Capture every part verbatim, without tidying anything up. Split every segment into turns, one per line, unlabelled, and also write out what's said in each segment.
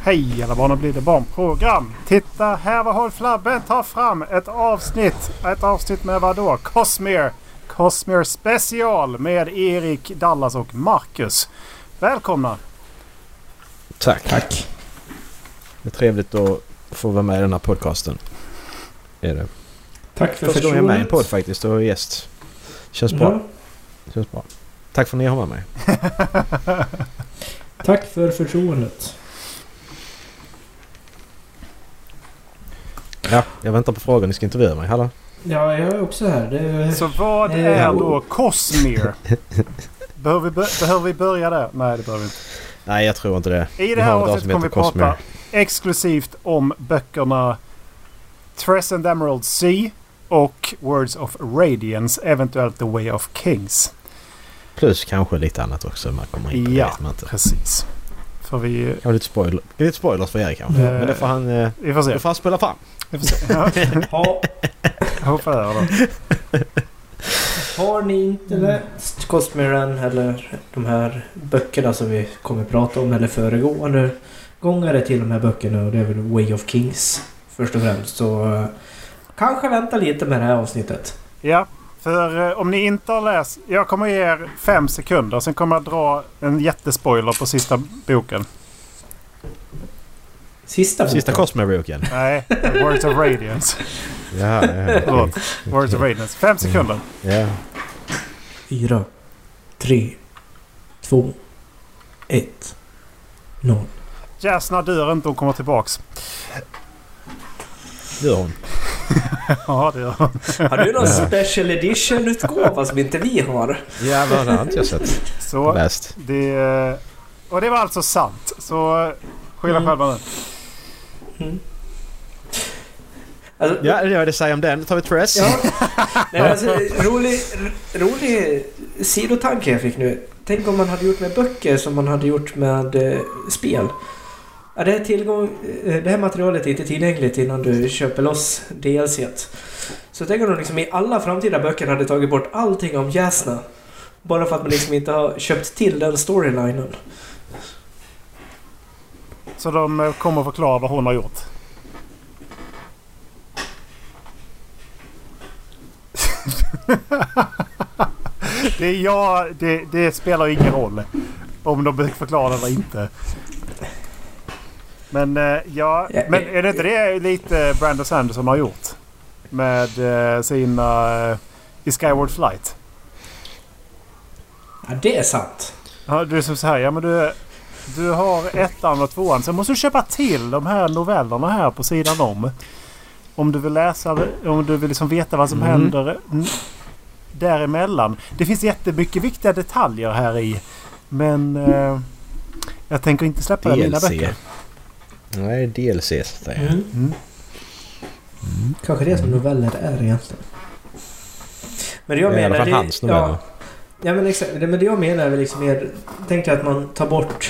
Hej alla barn, blir det barnprogram. Titta här vad Håll Flabben tar fram ett avsnitt. Ett avsnitt med vad då? Cosmere. Cosmere special med Erik, Dallas och Marcus. Välkomna.
Tack. Tack. Det är trevligt att få vara med i den här podcasten. Är det.
Tack för
första gången jag är med i en podd faktiskt och gäst. Känns bra.
Ja.
Känns bra. Tack för att ni har med mig.
Tack för förtroendet.
Ja, jag väntar på frågan. Ni ska intervjua mig. Hallå?
Ja, jag är också här. Det är...
Så vad
Eh,
är
och-
då Cosmere? Behöver vi, bör- behöver vi börja där? Nej, det behöver vi inte.
Nej, jag tror inte det.
I
Vi
det här
har ett
avsnittet kommer vi
heter Cosmere.
prata exklusivt om böckerna Tres and Emerald Sea och Words of Radiance, eventuellt The Way of Kings.
Plus kanske lite annat också. Man kommer in på
Ja,
det. vet man inte.
precis. För vi,
Jag har lite, spoiler, lite spoilers för Erik kanske.
Eh,
Men det får han, eh,
vi får se.
det får han spela fram.
Vi får se. Ja,
Ha,
jag hoppas det då.
har ni inte läst Cosmere än, eller de här böckerna som vi kommer prata om, eller föregående gångare till de här böckerna, och det är väl Way of Kings först och främst, så eh, kanske vänta lite med det här avsnittet.
Ja, för eh, om ni inte har läst... Jag kommer ge er fem sekunder. Sen kommer jag dra en jättespoiler på sista boken.
Sista boken.
Sista Cosmere-boken.
Nej, Words of Radiance.
Ja, ja, okej.
Förlåt. Words of Radiance. Fem sekunder.
Ja.
Fyra, tre, två, ett, noll.
Jasna dör inte, hon kommer tillbaks.
Det gör hon.
Ja, det gör hon.
Har du någon special edition-utgåva som inte vi har?
Ja, men det har inte jag sett.
Så
Läst.
det... Och det var alltså sant. Så skylla
Mm.
själva nu.
Mm. Alltså,
Ja, det var det säger om den. Då tar vi Tress.
Ja, nej, alltså, rolig, rolig sidotanke jag fick nu. Tänk om man hade gjort med böcker som man hade gjort med eh, spel. Ja, det, här tillgång, eh, det här materialet är inte tillgängligt innan du köper loss D L C. Så tänk om de liksom i alla framtida böcker hade tagit bort allting om Jasna. Bara för att man liksom inte har köpt till den storylinen.
Så de eh, kommer förklara vad hon har gjort. det, är jag, det, det spelar ingen roll om de förklarar eller inte. Men eh, ja,
Ja,
men är det inte det lite Brandon Sanderson har gjort med eh, sina eh, i Skyward Flight?
Ja, det är sant.
Ja, du är som så här, ja men du, du har ettan och tvåan. Sen måste du köpa till de här novellerna här på sidan om. Om du vill läsa, om du vill liksom veta vad som
Mm.
händer n- däremellan. Det finns jättemycket viktiga detaljer här i. Men eh, jag tänker inte släppa det i mina böcker.
Nej, D L C så att säga.
Mm.
Mm.
Kanske det som noveller är egentligen. Men det jag
Det är i alla
menar...
fall
Det,
hans noveller.
ja, ja, men exakt. Det, men det jag menar är väl liksom mer... Tänk dig att man tar bort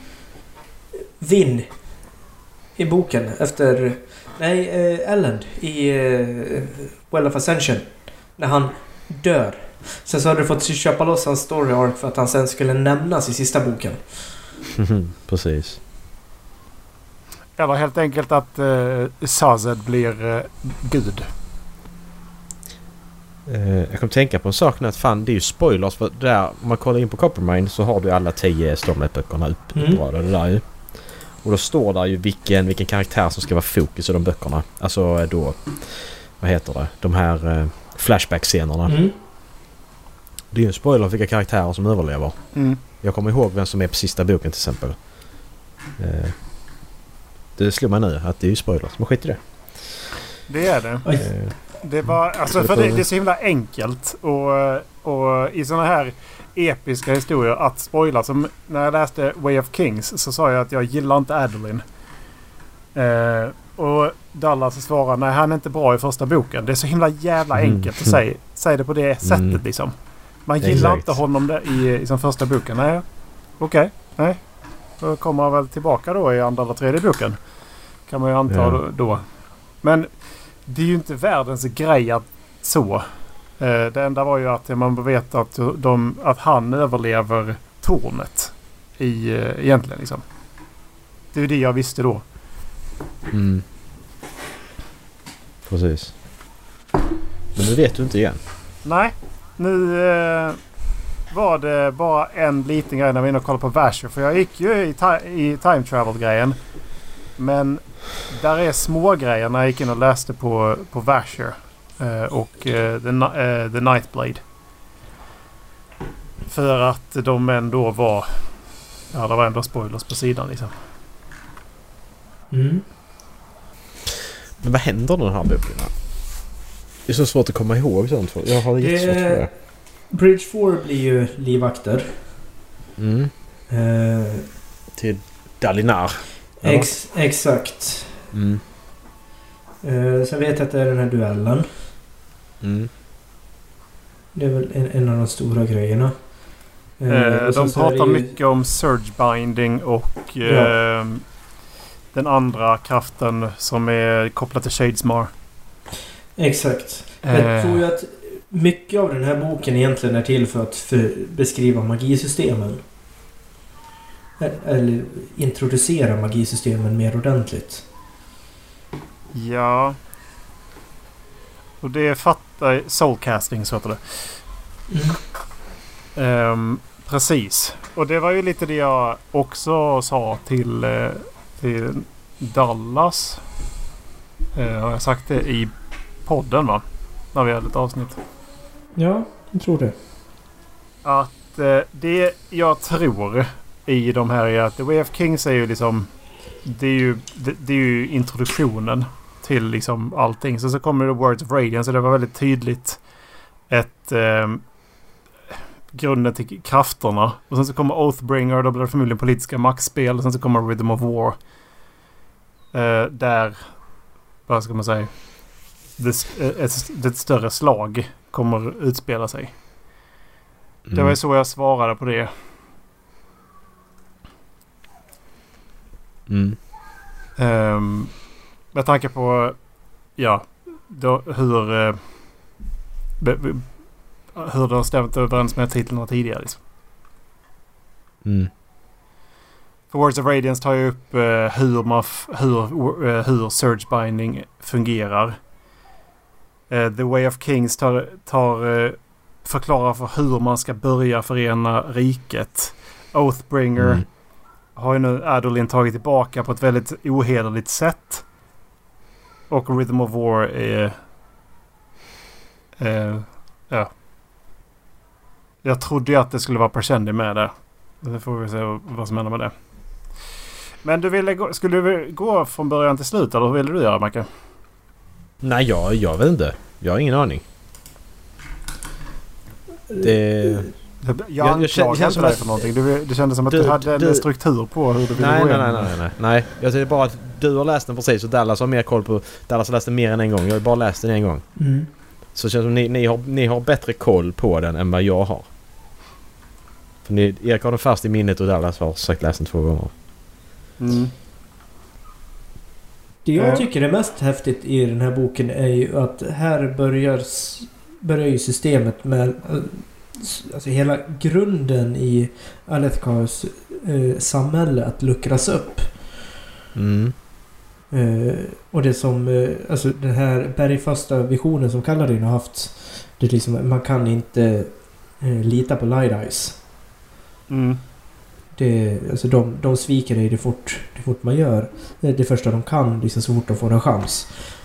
Vin i boken efter... Nej, eh, Elend i eh, Well of Ascension. När han dör. Sen så hade du fått köpa loss hans story arc för att han sen skulle nämnas i sista boken.
Precis.
Eller helt enkelt att eh, Sazed blir eh, gud.
Uh, jag kommer tänka på en sak nu att fan, det är ju spoilers för där, om man kollar in på Coppermine så har du alla tio Stormlight-böckerna upp,
Mm.
uppradade där ju. Och då står där ju vilken, vilken karaktär som ska vara fokus i de böckerna. Alltså då, vad heter det? De här uh, flashback-scenerna.
Mm.
Det är ju en spoiler för vilka karaktärer som överlever.
Mm.
Jag kommer ihåg vem som är på sista boken till exempel. Uh, det slår mig nu att det är ju spoilers, men skit i det.
Det är det.
Oj.
Uh,
Det var, alltså för det, det är så himla enkelt och, och i såna här episka historier att spoila. Som när jag läste Way of Kings så sa jag att jag gillar inte Adolin. Eh, och Dallas svarade nej, han är inte bra i första boken. Det är så himla jävla
Mm.
enkelt att säga, säga det på det sättet
Mm.
liksom. Man gillar
Exakt.
inte honom där i, i som första boken. Nej, okej. Nej. Då kommer han väl tillbaka då i andra eller tredje boken. Kan man ju anta
Ja.
då, då. Men det är ju inte världens grej att så. Eh, det enda var ju att man vet att, de, att han överlever tornet i, eh, egentligen liksom. Det är ju det jag visste då.
Mm. Precis. Men nu vet du inte igen.
Nej. Nu eh, var det bara en liten grej när vi var inne och kollade på Vasher. För jag gick ju i, ta- i time travel-grejen. Men där är små grejer när jag gick in och läste på, på Vasher. Eh, och eh, the, eh, the Nightblade. För att de ändå var... Ja, det var ändå spoilers på sidan liksom.
Mm.
Men vad händer i den här boken? Det är så svårt att komma ihåg sånt. Jag har jättesvårt för det.
Bridge four blir ju livvakter.
Mm.
Eh,
Till Dalinar.
ex, exakt.
Mm.
Eh, sen vet jag att det är den här duellen.
Mm.
Det är väl en, en av de stora grejerna. Eh,
Eh,
och sen
de
så är det
pratar
ju-
mycket om surge binding och
Ja.
eh, den andra kraften som är kopplad till Shadesmar.
Exakt.
Eh.
Jag tror ju att mycket av den här boken egentligen är till för att för beskriva magisystemen. Eller introducera magisystemen mer ordentligt.
Ja. Och det fattar... Soulcasting så heter det.
Mm.
Ehm, precis. Och det var ju lite det jag också sa till, eh, till Dallas. Eh, har jag sagt det i podden va? När vi hade ett avsnitt.
Ja, jag tror det.
Att eh, det jag tror i de här är att The Way of Kings är ju liksom... Det är ju, det, det är ju introduktionen till liksom allting. Så så kommer det Words of Radiance och det var väldigt tydligt ett... Eh, grunden till krafterna. Och sen så kommer Oathbringer och då blir det förmodligen politiska maktspel. Och sen så kommer Rhythm of War. Eh, där, vad ska man säga, det, ett, ett större slag kommer utspela sig.
Mm.
Det var ju så jag svarade på det.
Mm.
Um, med tanke på ja, då, hur uh, be, be, hur det har stämt överens med titlarna tidigare. Liksom.
Mm.
För Words of Radiance tar ju upp uh, hur, man f- hur, uh, hur surge binding fungerar. Uh, The Way of Kings tar, tar uh, förklarar för hur man ska börja förena riket. Oathbringer
Mm.
har ju nu Adolin tagit tillbaka på ett väldigt ohederligt sätt. Och Rhythm of War är... är ja. Jag trodde ju att det skulle vara Persendi med det. Nu får vi se vad som händer med det. Men du ville gå, skulle du gå från början till slut eller hur ville du göra, Macke?
Nej, jag, jag vet inte. Jag har ingen aning. Det...
Jag,
jag
jag
känner-
anklagar
känns
inte
som
dig
att-
för någonting. Du, det kändes som att du,
Du-
hade
du-
en struktur på hur du ville
Nej,
gå
nej,
igenom.
nej, nej, nej. Nej, jag säger bara att du har läst den precis och Dallas har mer koll på... Dallas har läst den mer än en gång. Jag har bara läst den en gång.
Mm.
Så det känns som ni, ni, har, ni har bättre koll på den än vad jag har. För ni, Erik har den fast i minnet och Dallas har sagt läst den två gånger.
Mm.
Det jag
Eh.
tycker är mest häftigt i den här boken är ju att här börjar, s- börjar ju systemet med eh, s- alltså hela grunden i Alethkars eh, samhälle att luckras upp.
Mm.
Eh, och det som, eh, alltså den här bergfasta visionen som Kaladin har haft, det är liksom, man kan inte eh, lita på Light Eyes.
Mm.
Det, alltså de, de sviker dig det fort, det fort man gör. Det är det första de kan, liksom så fort de får en chans.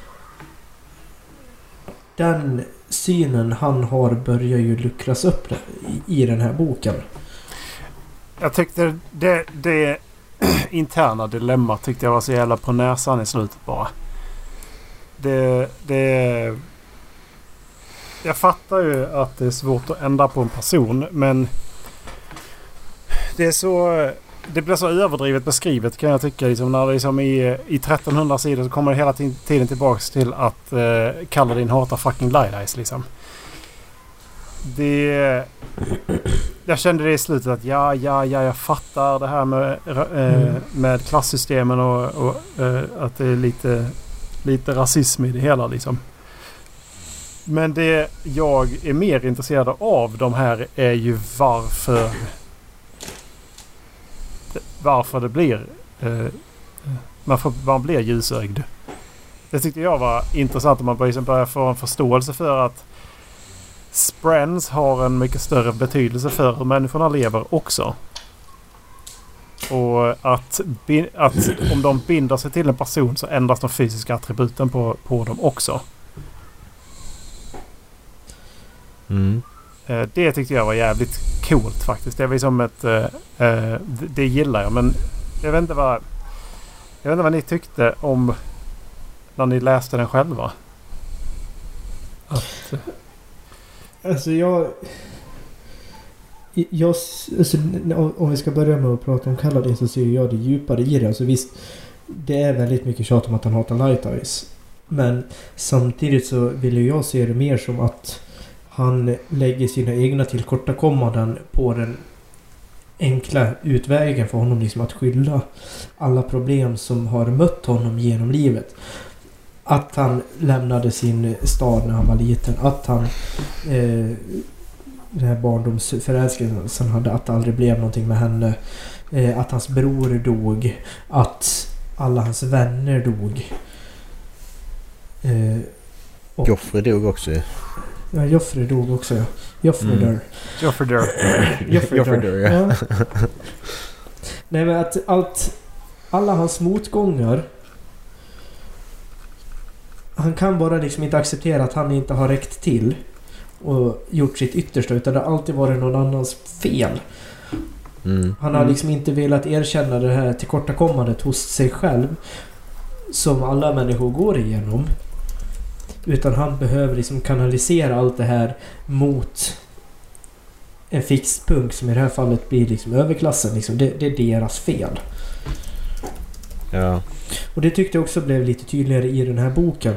Den synen han har börjar ju luckras upp i, i den här boken.
Jag tyckte det, det interna dilemma tyckte jag var så jävla på näsan i slutet bara. Det, det... Jag fattar ju att det är svårt att ändra på en person, men det är så... Det blir så överdrivet beskrivet kan jag tycka. Liksom när det liksom i, i trettonhundra sidor så kommer det hela tiden tillbaks till att eh, Kaladin hatar fucking Light Eyes liksom. Det... Jag kände det i slutet att ja, ja, ja, jag fattar det här med, eh,
Mm.
med klassystemen och, och eh, att det är lite, lite rasism i det hela liksom. Men det jag är mer intresserad av de här är ju varför varför det blir eh, man, får, man blir ljusögd. Det tyckte jag var intressant om man börjar, börjar få en förståelse för att Sprens har en mycket större betydelse för hur människorna lever också. Och att, att om de binder sig till en person så ändras de fysiska attributen på, på dem också.
Mm.
Det tyckte jag var jävligt coolt faktiskt. Det var som ett... Uh, det gillar jag, men jag vet inte vad... Jag vet inte vad ni tyckte om när ni läste den själva. Att,
alltså jag... jag alltså, om vi ska börja med att prata om Kaladin så ser jag det djupare i det. Alltså visst, det är väldigt mycket tjat om att han hatar Light Eyes. Men samtidigt så vill jag se det mer som att han lägger sina egna tillkortakommanden på den enkla utvägen för honom, liksom att skylla alla problem som har mött honom genom livet. Att han lämnade sin stad när han var liten. Att han eh, den här barndomsförälskelsen som hade, att det aldrig blev någonting med henne. Eh, att hans bror dog. Att alla hans vänner dog. Eh, och
Joffrey dog också.
Ja, Joffrey dog också, ja. Joffrey
Mm.
dör.
Joffrey dör.
Joffrey
Joffrey
dör,
dör, ja.
ja. Nej, men att allt... Alla hans motgångar... Han kan bara liksom inte acceptera att han inte har räckt till och gjort sitt yttersta, utan det har alltid varit någon annans fel.
Mm.
Han har liksom inte velat erkänna det här tillkortakommandet hos sig själv som alla människor går igenom. Utan han behöver liksom kanalisera allt det här mot en fixpunkt som i det här fallet blir liksom överklassen. Liksom. Det, det är deras fel.
Ja.
Och det tyckte jag också blev lite tydligare i den här boken.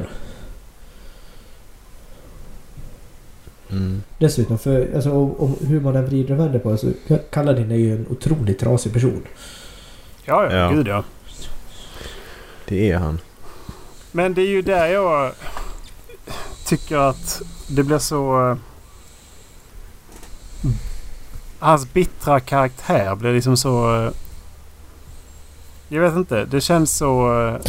Mm.
Dessutom, för alltså, om, om hur man än vrider och vänder på det, så Kaladin är ju en otroligt trasig person.
Ja, ja,
Ja.
gud ja.
Det är han.
Men det är ju där jag tycker att det blir så... Hans bittra karaktär blir liksom så... Jag vet inte, det känns så...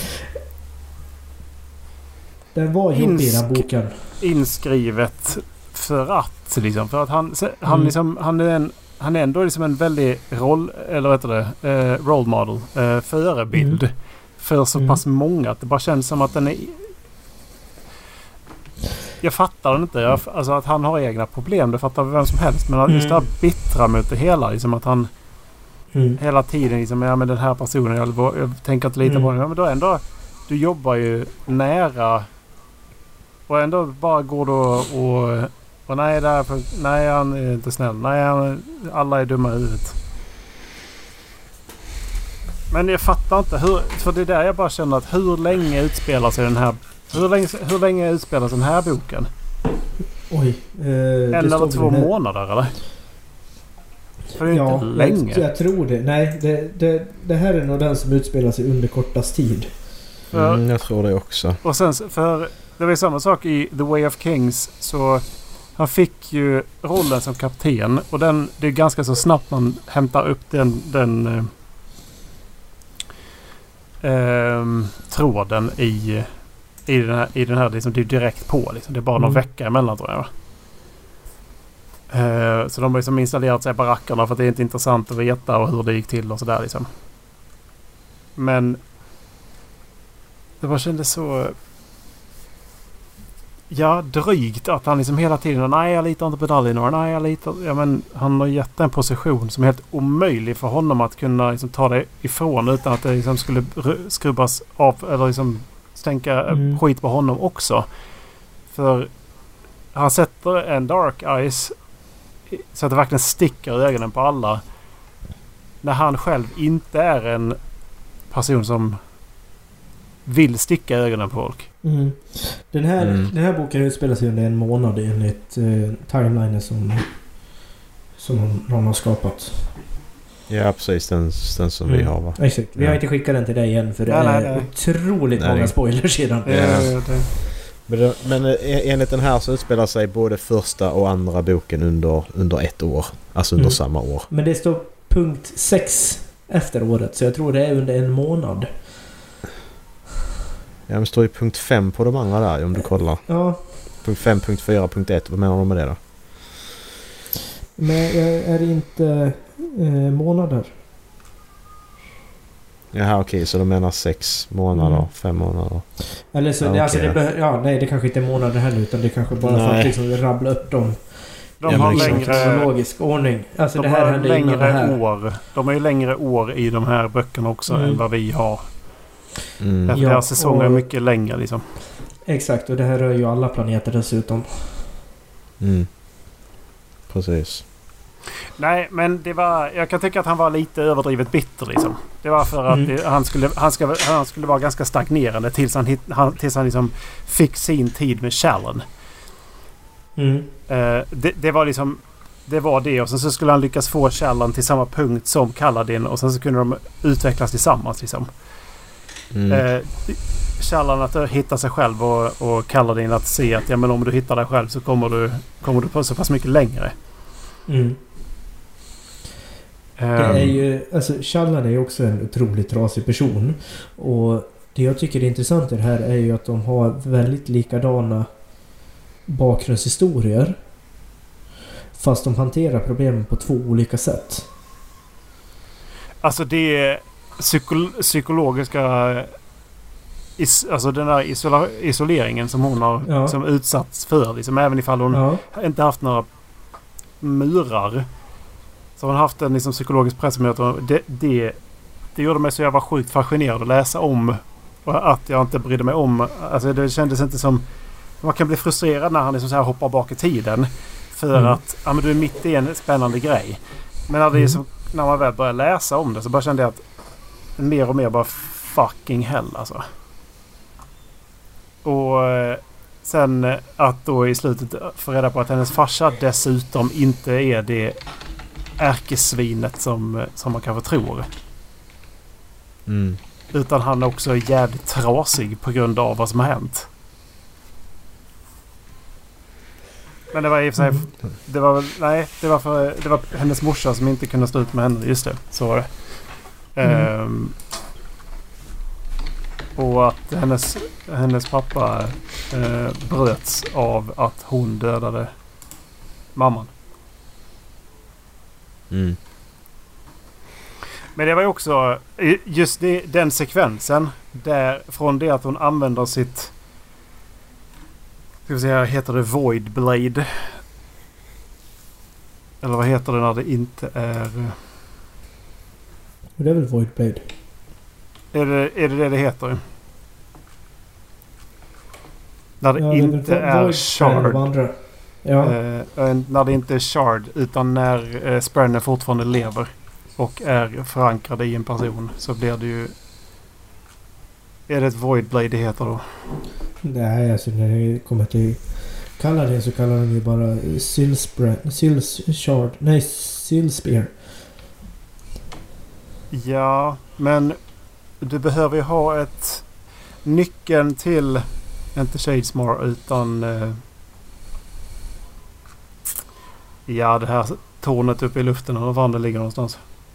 Den var jobbig i den
Insk-
boken.
inskrivet för att liksom, för att han han
Mm.
liksom han är en han är ändå liksom en väldigt roll eller vad heter det eh, role model eh, förebild
Mm.
för så
Mm.
pass många att det bara känns som att den är... Jag fattar den inte. Jag, alltså att han har egna problem, det fattar vem som helst, men
Mm.
just det här bittra mot det hela, liksom att han
Mm.
hela tiden liksom, ja men den här personen jag, jag tänker inte lita
Mm.
på honom, men då ändå du jobbar ju nära och ändå bara går då och och nej, därför, nej han är inte snäll, nej han, alla är dumma i huvudet. Men jag fattar inte hur, för det är där jag bara känner att hur länge utspelar sig den här hur länge, hur länge utspelar sig den här boken?
Oj. Eh,
En eller två månader eller? För det är
ja,
inte länge.
Jag, jag tror det. Nej, det, det, det här är nog den som utspelar sig under kortast tid.
För,
Mm, jag tror det också.
och sen för det var ju samma sak i The Way of Kings, så han fick ju rollen som kapten och den, det är ganska så snabbt man hämtar upp den den eh, eh, tråden i i den här, i den här liksom, det är direkt på liksom. Det är bara någon
Mm.
vecka emellan tror jag, va? Eh, så de har liksom installerat sig i barackerna för att det är inte intressant att veta och hur det gick till och sådär liksom. Men det bara kändes så... Ja, drygt att han liksom hela tiden... Nej, jag litar inte på Dalinar. Nej, jag litar... Ja, men han har gett en position som är helt omöjlig för honom att kunna liksom, ta det ifrån utan att det liksom skulle skrubbas av eller liksom stänka
Mm.
skit på honom också. För han sätter en Dark Eyes så att det verkligen sticker i ögonen på alla när han själv inte är en person som vill sticka ögonen på folk.
Mm. Den, här,
Mm.
den här boken utspelar sig under en månad enligt eh, timelinen som, som någon, någon har skapat.
Ja, precis. Den, den som vi
Mm.
har, va?
Exakt. Vi har
Ja.
inte skickat den till dig än för det
Nej,
är
nej, nej.
otroligt
Nej.
många spoilers sedan.
Det,
Ja.
det,
Men, det, men eh, enligt den här så utspelar sig både första och andra boken under, under ett år. Alltså under
Mm.
samma år.
Men det står punkt sex efter året, så jag tror det är under en månad.
Ja, men står ju punkt fem på de andra där om du kollar.
Ja.
Punkt fem, punkt fyra, punkt ett. Vad menar de med det då?
Men är det inte eh, månader?
Jaha, okej. Okay, så de menar sex månader, mm. fem månader.
Eller så,
ja,
det,
okay,
alltså det
ja.
be- ja, nej, det kanske inte är månader heller, utan det kanske bara för att liksom rabbla upp dem.
De
ja,
har
i
längre...
kronologisk ordning. Alltså
de
det här
har
hände
längre
innan det här.
år. De har ju längre år i de här böckerna också
mm.
än vad vi har.
Mm.
Därför
ja,
deras säsonger är
och,
mycket längre liksom.
Exakt, och det här rör ju alla planeter dessutom.
Mm. Precis.
Nej, men det var... Jag kan tycka att han var lite överdrivet bitter liksom. Det var för att
mm.
det, han, skulle, han, ska, han skulle vara ganska stagnerande tills han, hit, han, tills han liksom fick sin tid med Shallan.
Mm.
Uh, det, det var liksom... Det var det och sen så skulle han lyckas få Shallan till samma punkt som Kaladin och sen så kunde de utvecklas tillsammans liksom.
Mm.
Uh, Shallan att hitta sig själv och, och Kaladin att se att ja, men om du hittar dig själv så kommer du, kommer du på så pass mycket längre.
Mm. Det är ju, alltså Shallan är ju också en otroligt trasig person. Och det jag tycker är intressant i det här är ju att de har väldigt likadana bakgrundshistorier. Fast de hanterar problemen på två olika sätt.
Alltså det är psyko- psykologiska is, alltså den där isola- isoleringen som hon har
ja.
som utsatts för liksom, även ifall hon
ja.
inte haft några murar. Så hon har haft en liksom, psykologisk press med att det, det, det gjorde mig så jag var sjukt fascinerad att läsa om och att jag inte brydde mig om. Alltså det kändes inte som... Man kan bli frustrerad när han liksom så här hoppar bak i tiden för mm. att ja, men du är mitt i en spännande grej. Men när, det är som, när man väl börjar läsa om det så bara kände jag att mer och mer bara fucking hell alltså. Och sen att då i slutet få reda på att hennes farsa dessutom inte är det ärkesvinet som, som man kanske tror.
Mm.
Utan han är också jävligt trasig på grund av vad som har hänt. Men det var i och för sig... Mm. Det var väl... Nej, det var för... Det var hennes morsa som inte kunde stå ut med henne. Just det, så var det. Mm. Ehm, och att hennes, hennes pappa eh, bröts av att hon dödade mamman.
Mm.
Men det var ju också just det, den sekvensen där från det att hon använder sitt, ska vi säga, heter det Void Blade? Eller vad heter det när det inte är...
Det är väl Void Blade?
Är det är det, det det heter? När det
ja,
inte
det
är, är shard.
Ja.
Eh, när det inte är shard utan när eh, Sprenner fortfarande lever och är förankrad i en person så blir det ju... Är det ett Void Blade det heter då?
Nej, alltså när det kommer till kallar det så kallar de ju bara Sills Shard. Nej, Sillspear.
Ja, men du behöver ju ha ett nyckeln till inte Shadesmar utan eh, ja, det här tornet uppe i luften och var det ligger någonstans.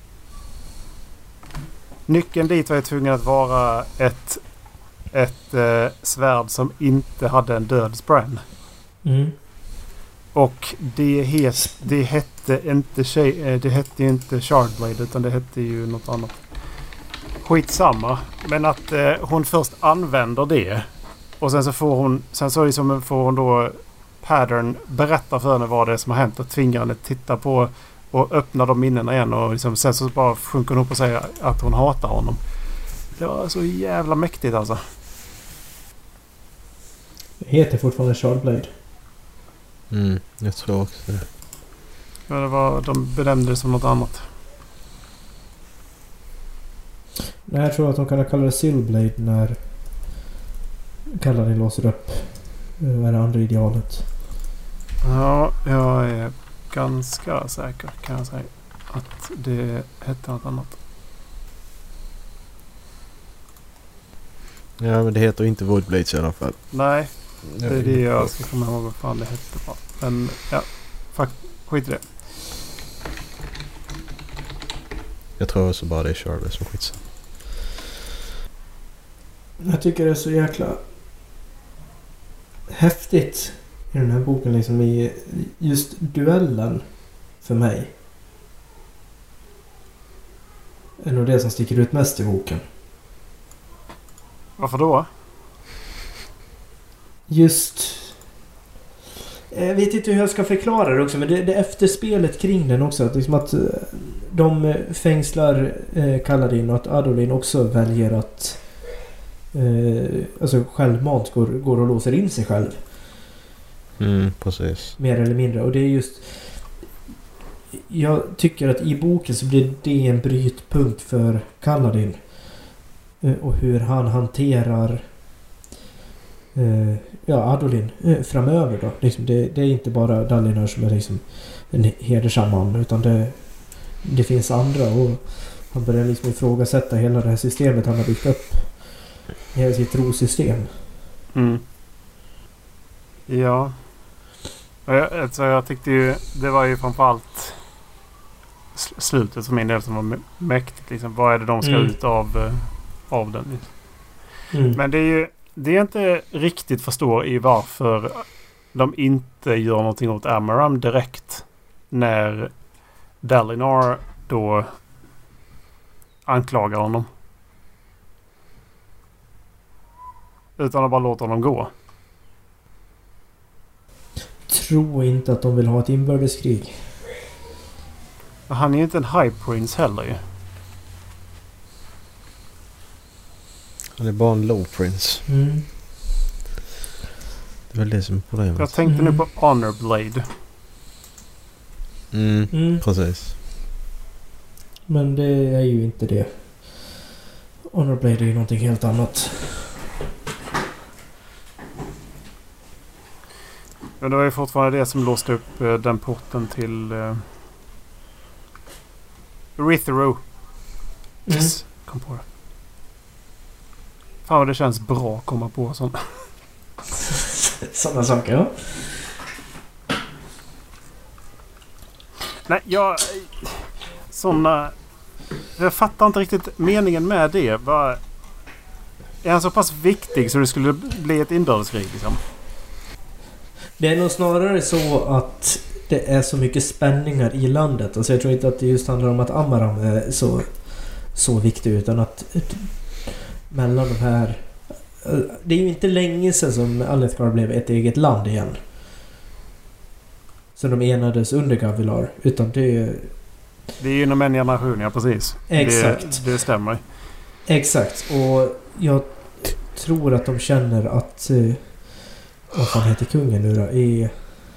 Nyckeln dit var jag tvungen att vara ett ett eh, svärd som inte hade en död Spren.
Mm.
Och det, het, det hette inte det hette ju inte Shardblade utan det hette ju något annat. Skitsamma. Men att eh, hon först använder det och sen så får hon sen så liksom får hon då Pattern berätta för henne vad det är som har hänt och tvingar henne att titta på och öppna de minnena igen och liksom, sen så bara sjunker hon upp och säger att hon hatar honom. Det var så jävla mäktigt alltså.
Det heter fortfarande Shardblade.
Mm, jag tror också det.
Men det var, de benämnde det som något annat.
Nej, jag tror att de kan kalla det Sillblade när kallar det låser upp är det andra idealet.
Ja, jag är ganska säker kan jag säga att det hette något annat.
Ja, men det heter inte Void Blades i alla fall.
Nej, det är det jag ska komma ihåg vad fan det hette på. Men ja, fuck, skit i det.
Jag tror också bara det är Charlie som skitsam.
Jag tycker det är så jäkla häftigt i den här boken, liksom i just duellen för mig. Det är nog det som sticker ut mest i boken.
Varför då?
Just... Jag vet inte hur jag ska förklara det också, men det, det efterspelet kring den också. Att, liksom att de fängslar eh, Kaladin och att Adolin också väljer att eh, alltså självmant går, går och låser in sig själv.
Mm, precis.
Mer eller mindre. Och det är just... Jag tycker att i boken så blir det en brytpunkt för Kaladin. Eh, och hur han hanterar... Eh, ja, Adolin eh, framöver då. Liksom det, det är inte bara Dalinar som är liksom en hedersam man, utan det, det finns andra, och han börjar liksom ifrågasätta hela det här systemet han har byggt upp. Hela sitt trosystem.
Mm. Ja. Jag, alltså jag tyckte ju, det var ju framförallt slutet för min del som var mäktigt. Liksom. Vad är det de ska mm. ut av, av den? Mm. Men det är ju det jag inte riktigt förstår i varför de inte gör någonting åt Amaram direkt när Dalinar då anklagar honom. Utan att bara låta honom gå.
Tror inte att de vill ha ett inbördeskrig.
Han är ju inte en High Prince heller ju.
Han är bara en Low Prince.
Mm.
Det är väl det som är problemet.
Jag tänkte
mm.
nu på Honor Blade.
Mm,
mm.
precis.
Men det är ju inte det. Honor Blade är ju någonting helt annat.
Men det var ju fortfarande det som låste upp uh, den porten till uh, Rithero. Yes, mm. kom på det. Fan vad det känns bra att komma på sånt.
Sådana saker, ja.
Nej, jag... Såna... Jag fattar inte riktigt meningen med det. Bara, är han så pass viktig så det skulle bli ett inbördeskrig liksom?
Det är nog snarare så att det är så mycket spänningar i landet. Alltså jag tror inte att det just handlar om att Amaram är så, så viktig, utan att mellan de här... Det är ju inte länge sedan som Alethkar blev ett eget land igen. Så de enades under Gavilar. Utan det...
Det är ju inom en generation, ja precis.
Exakt.
Det, det stämmer.
Exakt. Och jag tror att de känner att... Uh, vad fan heter kungen nu då? I...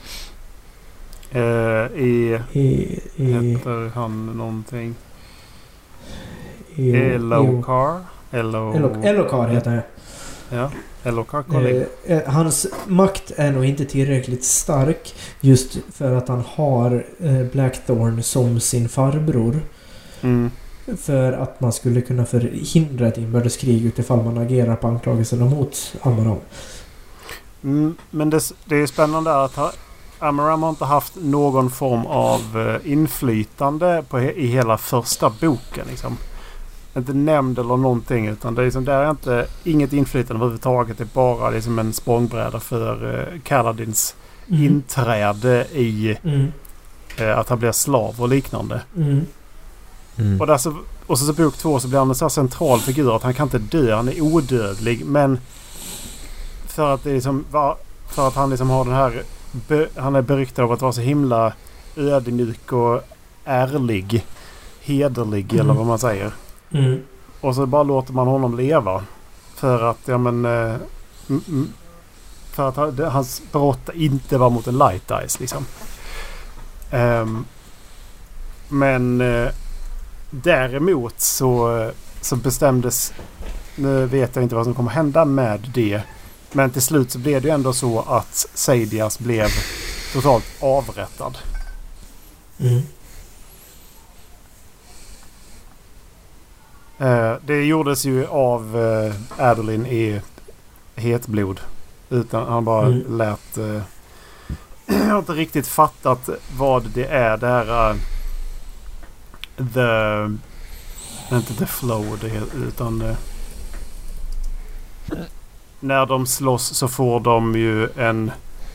Uh, i,
I... I...
Heter han någonting?
I...
Elokar? Elo...
Elokar heter han.
Ja, Elokar kollega.
Eh, hans makt är nog inte tillräckligt stark just för att han har eh, Blackthorn som sin farbror.
Mm.
För att man skulle kunna förhindra ett inbördeskrig utifall man agerar på anklagelserna mot Amaram.
Mm, men det, det är spännande att ha, Amaram har inte haft någon form av inflytande på he, i hela första boken liksom. Inte nämnd eller någonting, utan det är liksom, där är inte inget inflytande överhuvudtaget. Det är bara liksom en språngbräda för uh, Kaladins mm. inträde i
mm.
uh, att han blir slav och liknande.
Mm.
Mm. Och, där så, och så, så bok två så blir han en så här central figur att han kan inte dö, han är odödlig, men för att det liksom var, för att han liksom har den här be, han är beryktad av att vara så himla ödmjuk och ärlig, hederlig mm. eller vad man säger.
Mm.
Och så bara låter man honom leva. För att, ja men... Eh, m- m- för att ha, det, hans brott inte var mot en light eyes, liksom. Um, men eh, däremot så, så bestämdes... Nu vet jag inte vad som kommer hända med det. Men till slut så blev det ju ändå så att Sadeas blev totalt avrättad.
Mm.
Uh, det gjordes ju av uh, Adolin i hetblod. Utan han bara mm. lät... Uh, jag har inte riktigt fattat vad det är. Det här... Uh, the... Inte the flow, det, utan... Uh, när de slåss så får de ju en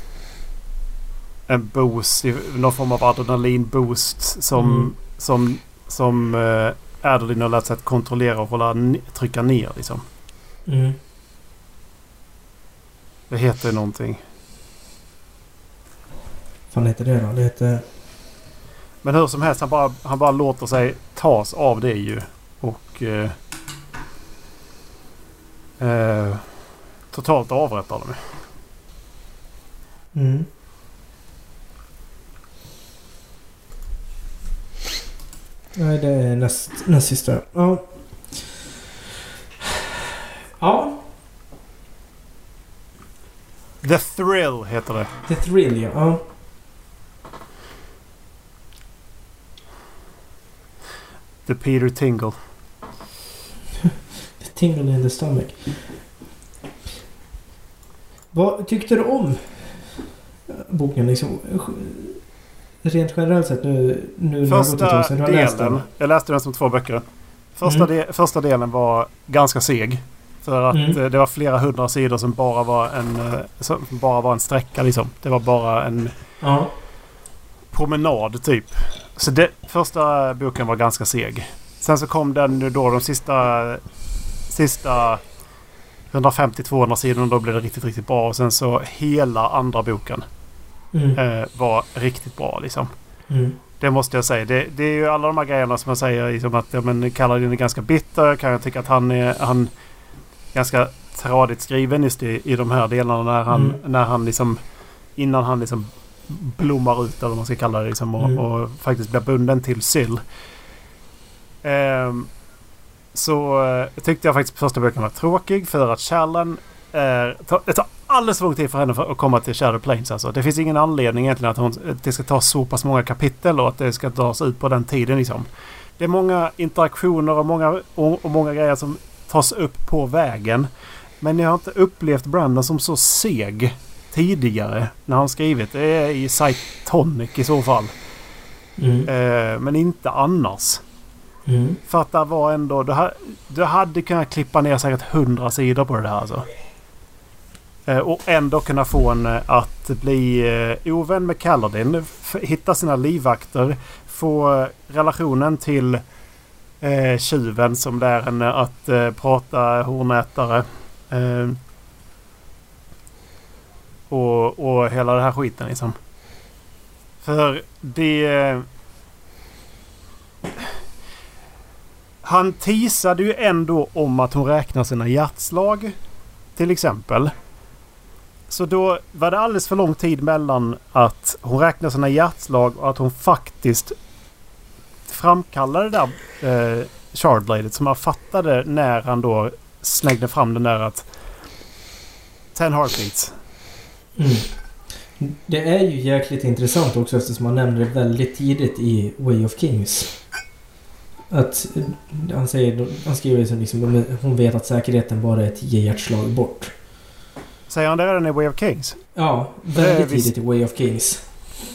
en boost, någon form av adrenalin-boost som, mm. som, som uh, Adolin har lärt sig att kontrollera och hålla, trycka ner liksom.
Mm.
Det heter någonting.
Vad heter det då? Det heter...
Men hur som helst, han bara, han bara låter sig tas av det ju. Och uh, uh, totalt avrättar dem.
Mm. Nej, det är näst, näst sista. Ja. Ja.
The Thrill heter det.
The Thrill, ja. ja.
The Peter Tingle.
The Tingle in the stomach. Vad tyckte du om boken liksom? Rent generellt sett nu, nu
första
sedan du har
delen,
läst den.
Jag läste den som två böcker. Första,
mm.
de, första delen var ganska seg. För att mm. det var flera hundra sidor som bara var en som bara var en sträcka liksom. Det var bara en
ja.
promenad typ. Så det, första boken var ganska seg. Sen så kom den då de sista sista hundrafemtio till tvåhundra sidorna, då blev det riktigt riktigt bra. Och sen så hela andra boken mm. eh, var riktigt bra liksom.
Mm.
Det måste jag säga. Det, det är ju alla de här grejerna som jag säger liksom att ja, men Kaladin är ganska bitter. Kan jag tycka att han är han ganska tradigt skriven just i, i de här delarna när han, mm. när han liksom innan han liksom blommar ut eller vad man ska kalla det liksom, och, mm. och faktiskt blir bunden till Syl. Ehm, så eh, tyckte jag faktiskt första boken var tråkig för att Shallan är, ta, det tar alldeles för lång tid för henne för att komma till Shadow Plains alltså. Det finns ingen anledning egentligen att, hon, att det ska ta så pass många kapitel och att det ska dras ut på den tiden liksom. Det är många interaktioner och många, och, och många grejer som tas upp på vägen. Men jag har inte upplevt Brandon som så seg tidigare när han skrivit. Det är i Cytonic i så fall.
Mm.
Eh, men inte annars.
Mm.
För att det var ändå... Du, ha, du hade kunnat klippa ner säkert hundra sidor på det här alltså. Eh, och ändå kunna få en att bli eh, ovän med Kaladin. F- hitta sina livvakter. Få eh, relationen till eh, tjuven som lär henne att eh, prata hornätare. Eh, och, och hela den här skiten liksom. För det... Han teasade ju ändå om att hon räknar sina hjärtslag. Till exempel. Så då var det alldeles för lång tid mellan att hon räknar sina hjärtslag och att hon faktiskt framkallade det där eh, Shardbladet som han fattade när han då slängde fram den där att ten heartbeats.
Mm. Det är ju jäkligt intressant också eftersom man nämner det väldigt tidigt i Way of Kings. Att han säger, han skriver som liksom, hon vet att säkerheten bara är tio hjärtslag bort.
Säger han det redan i Way of Kings?
Ja, väldigt tidigt visst. I Way of Kings.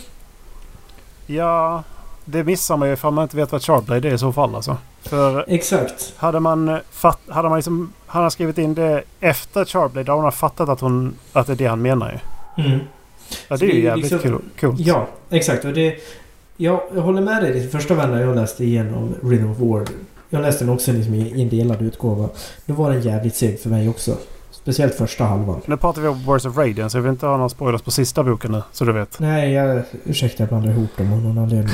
Ja, det missar man ju för man inte vet vad Shardblade är i så fall alltså. För
exakt.
Hade man fatt, hade man liksom, han har skrivit in det efter Shardblade, då har hon fattat att hon att det är det han menar ju.
Mm.
Ja, det är ju jävligt liksom, cool, coolt.
Ja, exakt. Och det, jag, jag håller med dig. Det första vänner jag läste igenom Rhythm of War. Jag läste den också liksom i en delad utgåva. Då var den jävligt seg för mig också. Speciellt första halvan.
Nu pratar vi om Wars of Radiance så jag vill inte ha någon spoilers på sista boken nu, så du vet.
Nej, jag ursäkta jag blandar ihop dem av någon anledning.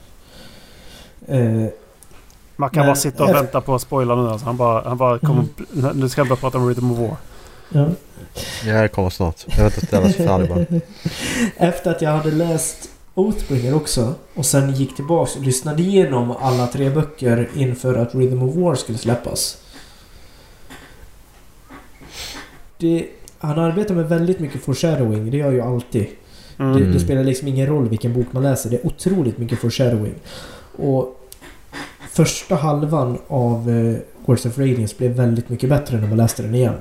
uh,
Man kan men, bara sitta och äh, vänta på att spoila nu. Alltså. Han bara, han bara kommer... Mm. Nu ska jag bara prata om Rhythm of War.
Ja.
Ja, det kommer snart. Jag vet inte, jag är så färdig bara.
Efter att jag hade läst Oathbringer också och sen gick tillbaka och lyssnade igenom alla tre böcker inför att Rhythm of War skulle släppas. Det, han arbetar med väldigt mycket foreshadowing. Det gör ju alltid. Mm. Det, det spelar liksom ingen roll vilken bok man läser. Det är otroligt mycket foreshadowing. Och första halvan av uh, Wars of Radiance blev väldigt mycket bättre när man läste den igen.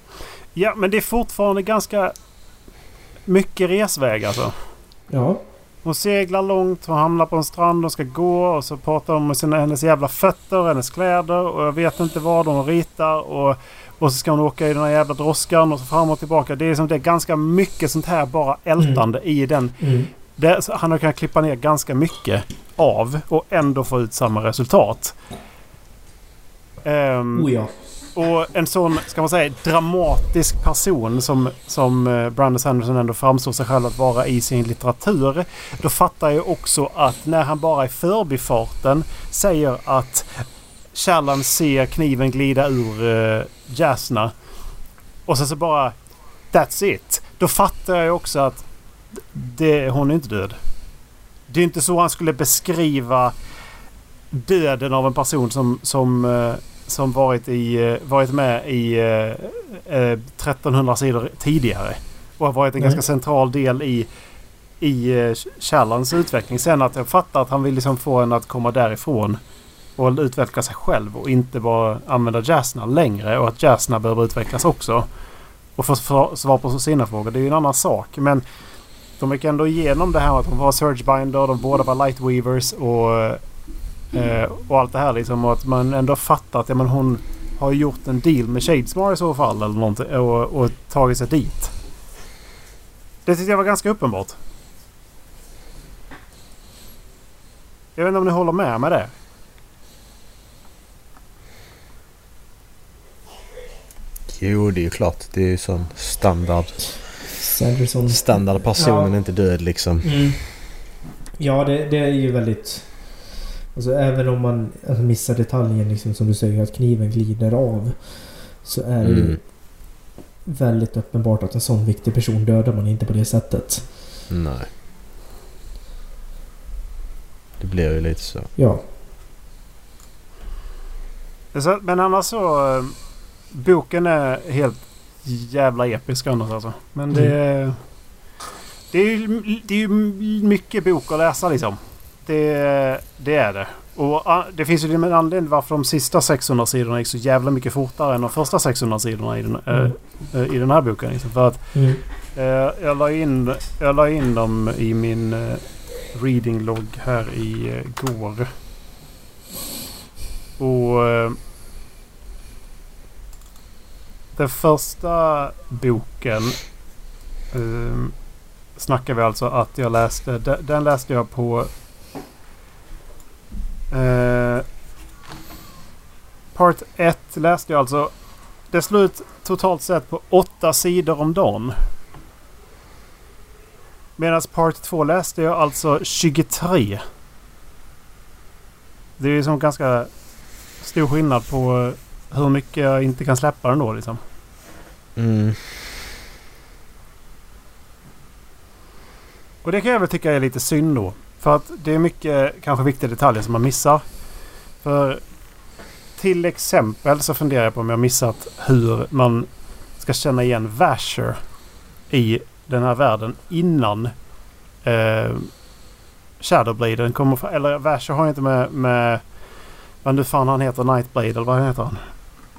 Ja, men det är fortfarande ganska mycket resväg alltså.
Ja.
Hon seglar långt, hon hamnar på en strand och ska gå och så pratar de om sina, hennes jävla fötter och hennes kläder och jag vet inte vad de ritar och, och så ska hon åka i den här jävla droskan och så fram och tillbaka. Det är som det är ganska mycket sånt här bara ältande mm. i den. Mm. Det, han har kunnat klippa ner ganska mycket av och ändå få ut samma resultat. Um,
oh ja.
Och en sån, ska man säga, dramatisk person som, som Brandon Sanderson ändå framstår sig själv att vara i sin litteratur. Då fattar jag också att när han bara i förbifarten säger att Challan ser kniven glida ur uh, Jasna. Och sen så bara, that's it. Då fattar jag också att det, hon är inte död. Det är inte så han skulle beskriva döden av en person som... som uh, som varit, i, varit med i eh, trettonhundra sidor tidigare. Och har varit en Nej. ganska central del i, i eh, Challans utveckling. Sen att jag fattar att han vill liksom få en att komma därifrån och utveckla sig själv och inte bara använda Jasna längre. Och att Jasna behöver utvecklas också. Och få svar på sina frågor. Det är ju en annan sak. Men de gick ändå igenom det här att de var Surgebinder, de båda var Lightweavers och... Uh, och allt det här liksom och att man ändå fattar att ja, men hon har gjort en deal med Shadesmar i så fall eller någonting och, och tagit sig dit. Det tyckte jag var ganska uppenbart. Jag vet inte om ni håller med med det.
Jo, det är ju klart. Det är ju sån standard
Sanderson.
Standard personen är inte död liksom.
Mm. Ja, det, det är ju väldigt... Alltså även om man alltså, missar detaljen liksom, som du säger att kniven glider av så är det mm. ju väldigt uppenbart att en sån viktig person dödar man inte på det sättet.
Nej. Det blir ju lite så.
Ja.
Så, men annars så äh, boken är helt jävla episk annars alltså. Men det, mm. det är ju det är ju mycket bok att läsa liksom. Det, det är det. Och uh, det finns ju en anledning varför de sista sexhundra sidorna gick så jävla mycket fortare än de första sexhundra sidorna i den, mm. uh, i den här boken. Liksom. För att mm. uh, jag, la in, jag la in dem i min uh, reading log här i uh, går. Och uh, den första boken uh, snackar vi alltså att jag läste. Den, den läste jag på Uh, part ett läste jag alltså. Det slut totalt sett på åtta sidor om dagen. Medan part två läste jag alltså tjugotre. Det är ju som ganska stor skillnad på hur mycket jag inte kan släppa den då liksom.
Mm.
Och det kan jag väl tycka är lite synd då. För att det är mycket kanske viktiga detaljer som man missar. För till exempel så funderar jag på om jag missat hur man ska känna igen Vasher i den här världen innan eh, Shadowblade kommer. Eller Vasher har inte med, med vad nu fan han heter, Nightblade eller vad heter han?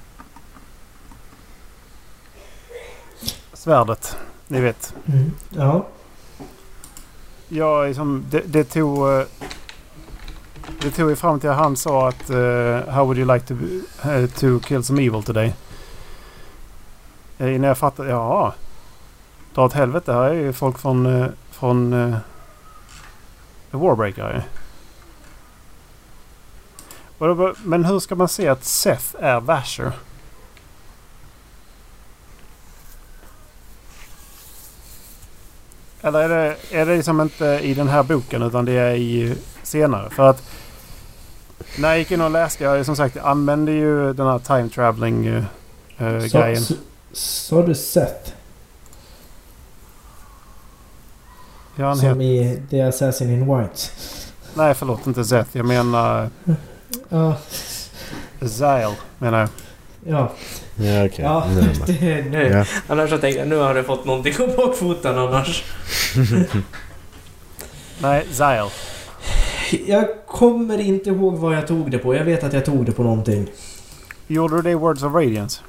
Svärdet, ni vet.
Mm. Ja.
Ja, liksom, det, det tog det tog ju fram till att han sa att uh, how would you like to, uh, to kill some evil today? Uh, när jag fattade, ja, dra åt helvete, här är ju folk från uh, från uh, Warbreaker. Och då, men hur ska man se att Seth är Vasher? Eller är det, är det liksom inte i den här boken utan det är i senare? För att när jag gick in och läste, jag som sagt jag använde ju den här time traveling uh, uh,
så,
grejen.
Så du Seth?
Ja,
som
het...
i The Assassin in White?
Nej, förlåt, inte Seth. Jag menar
ja.
Zyle menar jag.
Ja.
Ja, okej. Okay.
Ja, det, nu.
Ja.
Annars så tänkte jag, nu har du fått någonting på bakfoten annars.
Nej, Zyle.
Jag kommer inte ihåg vad jag tog det på. Jag vet att jag tog det på någonting.
Gjorde du det i Words of Radiance?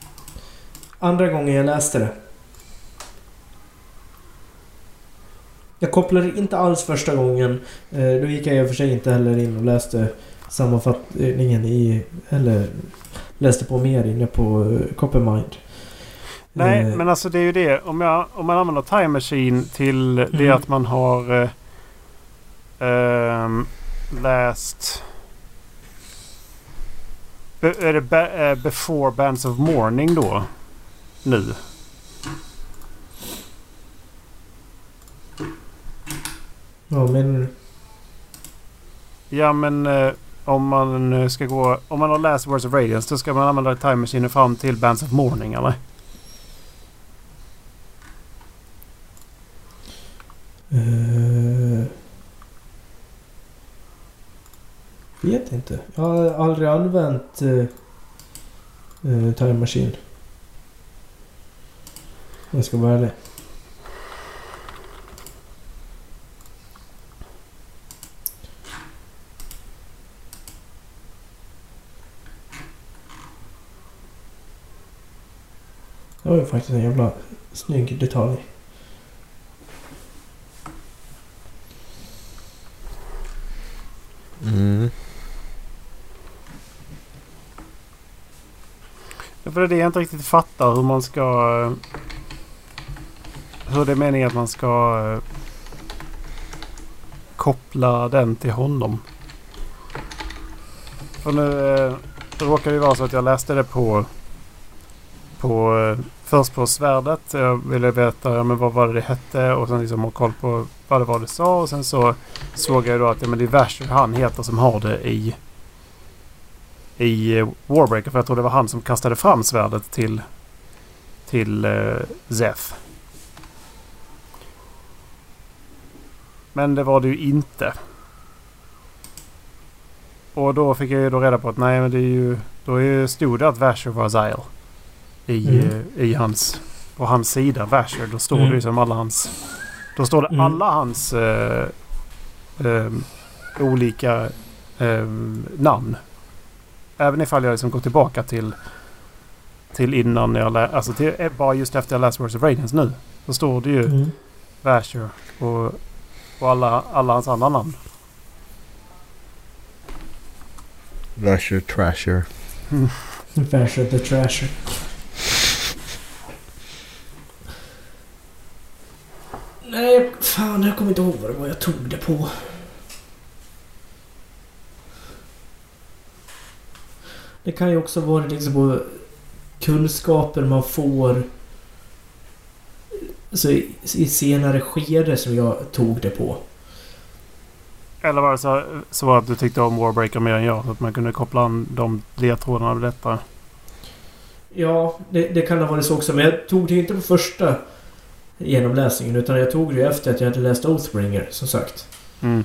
Andra gången jag läste det. Jag kopplade inte alls första gången. Eh, då gick jag i och för sig inte heller in och läste sammanfattningen i... Eller läste på mer inne på uh, Coppermind.
Nej,
eh,
men alltså det är ju det. Om, jag, om man använder Time Machine till mm. det att man har eh, eh, läst... Be, är det be, eh, Before Bands of Mourning då? Nu?
Ja, men...
Ja, men eh, om man ska gå... Om man har läst Words of Radiance, då ska man använda Time Machine fram till Bands of Mourning, eller?
Uh, vet inte. Jag har aldrig använt uh, uh, Time Machine. Jag ska vara ärlig. Det var ju faktiskt en jävla snygg detalj.
Mm.
För det är det jag inte riktigt fattar hur man ska... Hur det är meningen att man ska koppla den till honom. För nu det råkar det vara så att jag läste det på... på först på svärdet. Jag ville veta ja, men vad var det det hette och sen liksom ha koll på vad det var det sa och sen så såg jag då att ja, men det är Vasher han heter som har det i i Warbreaker för jag tror det var han som kastade fram svärdet till till uh, Zeth. Men det var det ju inte. Och då fick jag ju då reda på att nej men det är ju då är ju stod det att Vasher var Zyle. I, mm. i hans på hans sida Vasher då står mm. det ju som alla hans då står det mm. alla hans eh, eh, olika eh, namn även ifall jag liksom går tillbaka till till innan jag lä- alltså till, bara just efter jag läste Words of Radiance nu så står det ju mm. Vasher och, och alla, alla hans andra namn.
Vasher Trasher
mm. Vasher the Trasher. Nej, fan jag kommer inte ihåg vad det var jag tog det på. Det kan ju också vara liksom på kunskaper man får så i, i senare skede som jag tog det på.
Eller var det så, så att du tyckte om Warbreaker mer än jag? Så att man kunde koppla an de ledtrådarna och detta?
Ja, det, det kan ha varit så också. Men jag tog det inte på första genomläsningen utan jag tog det efter att jag hade läst Oathbringer, som sagt.
Mm.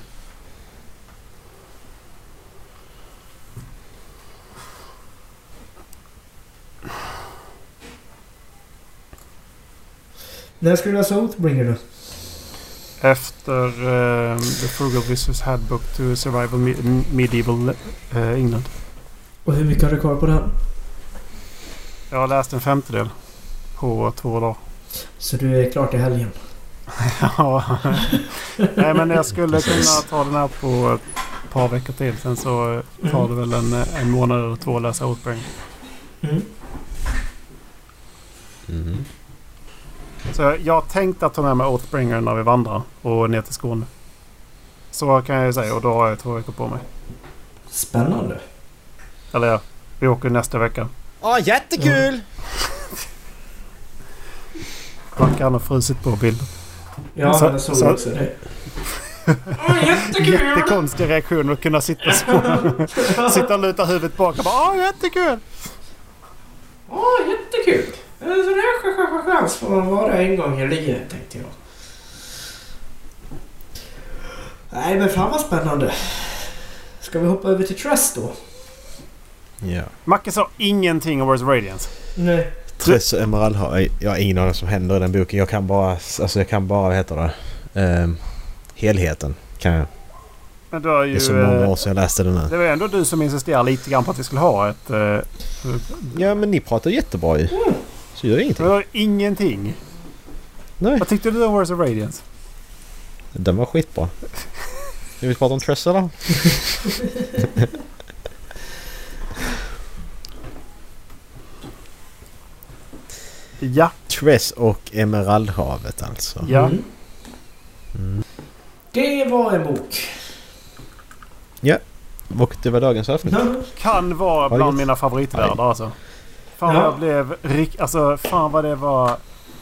När skulle du läsa Oathbringer då?
Efter uh, The Frugal Wizard's Handbook to Survival Me- Medieval uh, England.
Och hur mycket har du kvar på den?
Jag har läst en femtedel på två dagar.
Så du är klart i helgen?
Ja. Nej, men jag skulle kunna ta den här på ett par veckor till. Sen så tar det väl en, en månad eller två att läsa Oathbringer.
Mm.
Mm.
Så jag tänkte att ta med mig Oathbringer när vi vandrar och ner till Skåne. Så kan jag säga och då har jag två veckor på mig.
Spännande.
Eller ja, vi åker nästa vecka.
Åh, jättekul!
Mackan har frusit på bilden.
Ja, så, jag såg så, också det. Åh, jättekul!
Jättekonstig reaktion att kunna sitta så. Sitta och luta huvudet bak och bara, åh, jättekul!
Åh, jättekul! Så det är chans får man vara en gång i livet, tänkte jag. Nej, men fan vad spännande. Ska vi hoppa över till Tress då?
Ja.
Macke sa ingenting om Words of Radiance.
Nej.
Tress och Emerald har jag har ingen aning som händer i den boken. Jag kan bara, alltså jag kan bara, vad heter det? Um, helheten kan jag.
Men du har ju,
det är så många år sedan jag läste den här.
Det var ändå du som insisterade lite grann på att vi skulle ha ett... Uh,
ja, men ni pratar jättebra ju.
Mm.
Så gör ingenting.
Det var ingenting.
Nej.
Vad tyckte du om Words of Radiance?
Den var skitbra. Ska vi prata om Tress eller?
Ja.
Tress och Emeraldhavet alltså.
Ja.
Mm.
Mm.
Det var en bok.
Ja. Och det var dagens avsnitt.
Ja.
Kan vara
Har
bland
det-
mina favoritvärldar alltså. Fan
Ja.
vad jag blev rik- Alltså fan vad det var.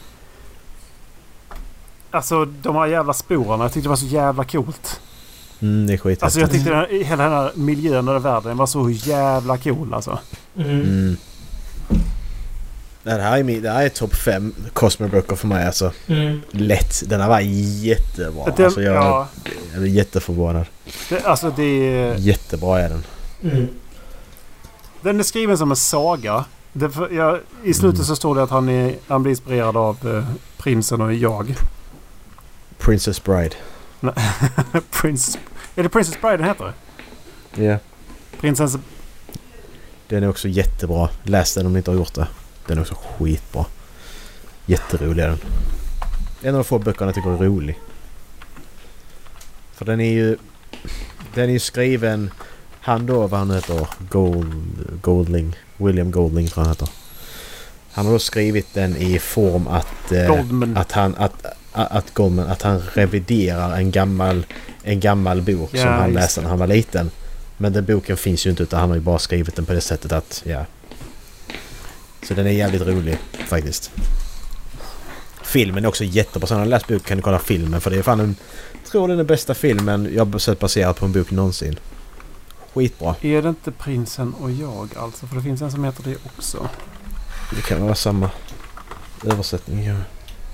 Alltså de här jävla sporerna. Jag tyckte det var så jävla coolt.
Mm, det är skithäftigt.
Alltså jag tyckte den, hela den här miljön och den världen var så jävla cool alltså.
Mm.
Mm. Det här är, min, det här är topp fem Cosmo-böcker för mig alltså.
Mm.
Lätt. Den här var jättebra.
Det,
Alltså jag,
ja,
jag är jätteförvånad.
det, alltså det,
Jättebra är den.
Mm.
den är skriven som en saga. Det, för, jag, I slutet
Mm.
så står det att han, är, han blir inspirerad av eh, prinsen och jag.
Princess Bride.
Prince, är det Princess Bride den heter?
Ja. Yeah.
Prinsens...
Den är också jättebra. Läs den om ni inte har gjort det. Den är också skitbra. Jätterolig är den. En av de få böckerna jag tycker är rolig. För den är ju... Den är ju skriven... Han då, vad han heter... Gold, Goldling. William Goldling tror jag han heter. Han har då skrivit den i form att... Eh,
Goldman.
att han... Att, att, att Goldman... Att han reviderar en gammal... En gammal bok
Ja,
som han
just
läste när han var liten. Men den boken finns ju inte utan han har ju bara skrivit den på det sättet att... Ja. Så den är jävligt rolig faktiskt. Filmen är också jättebra. Så när du läst boken kan du kolla filmen. För det är fan en... tror det är den bästa filmen jag har sett baserat på en bok någonsin. Skitbra.
Är det inte prinsen och jag alltså? För det finns en som heter det också.
Det kan vara samma översättning. Ja.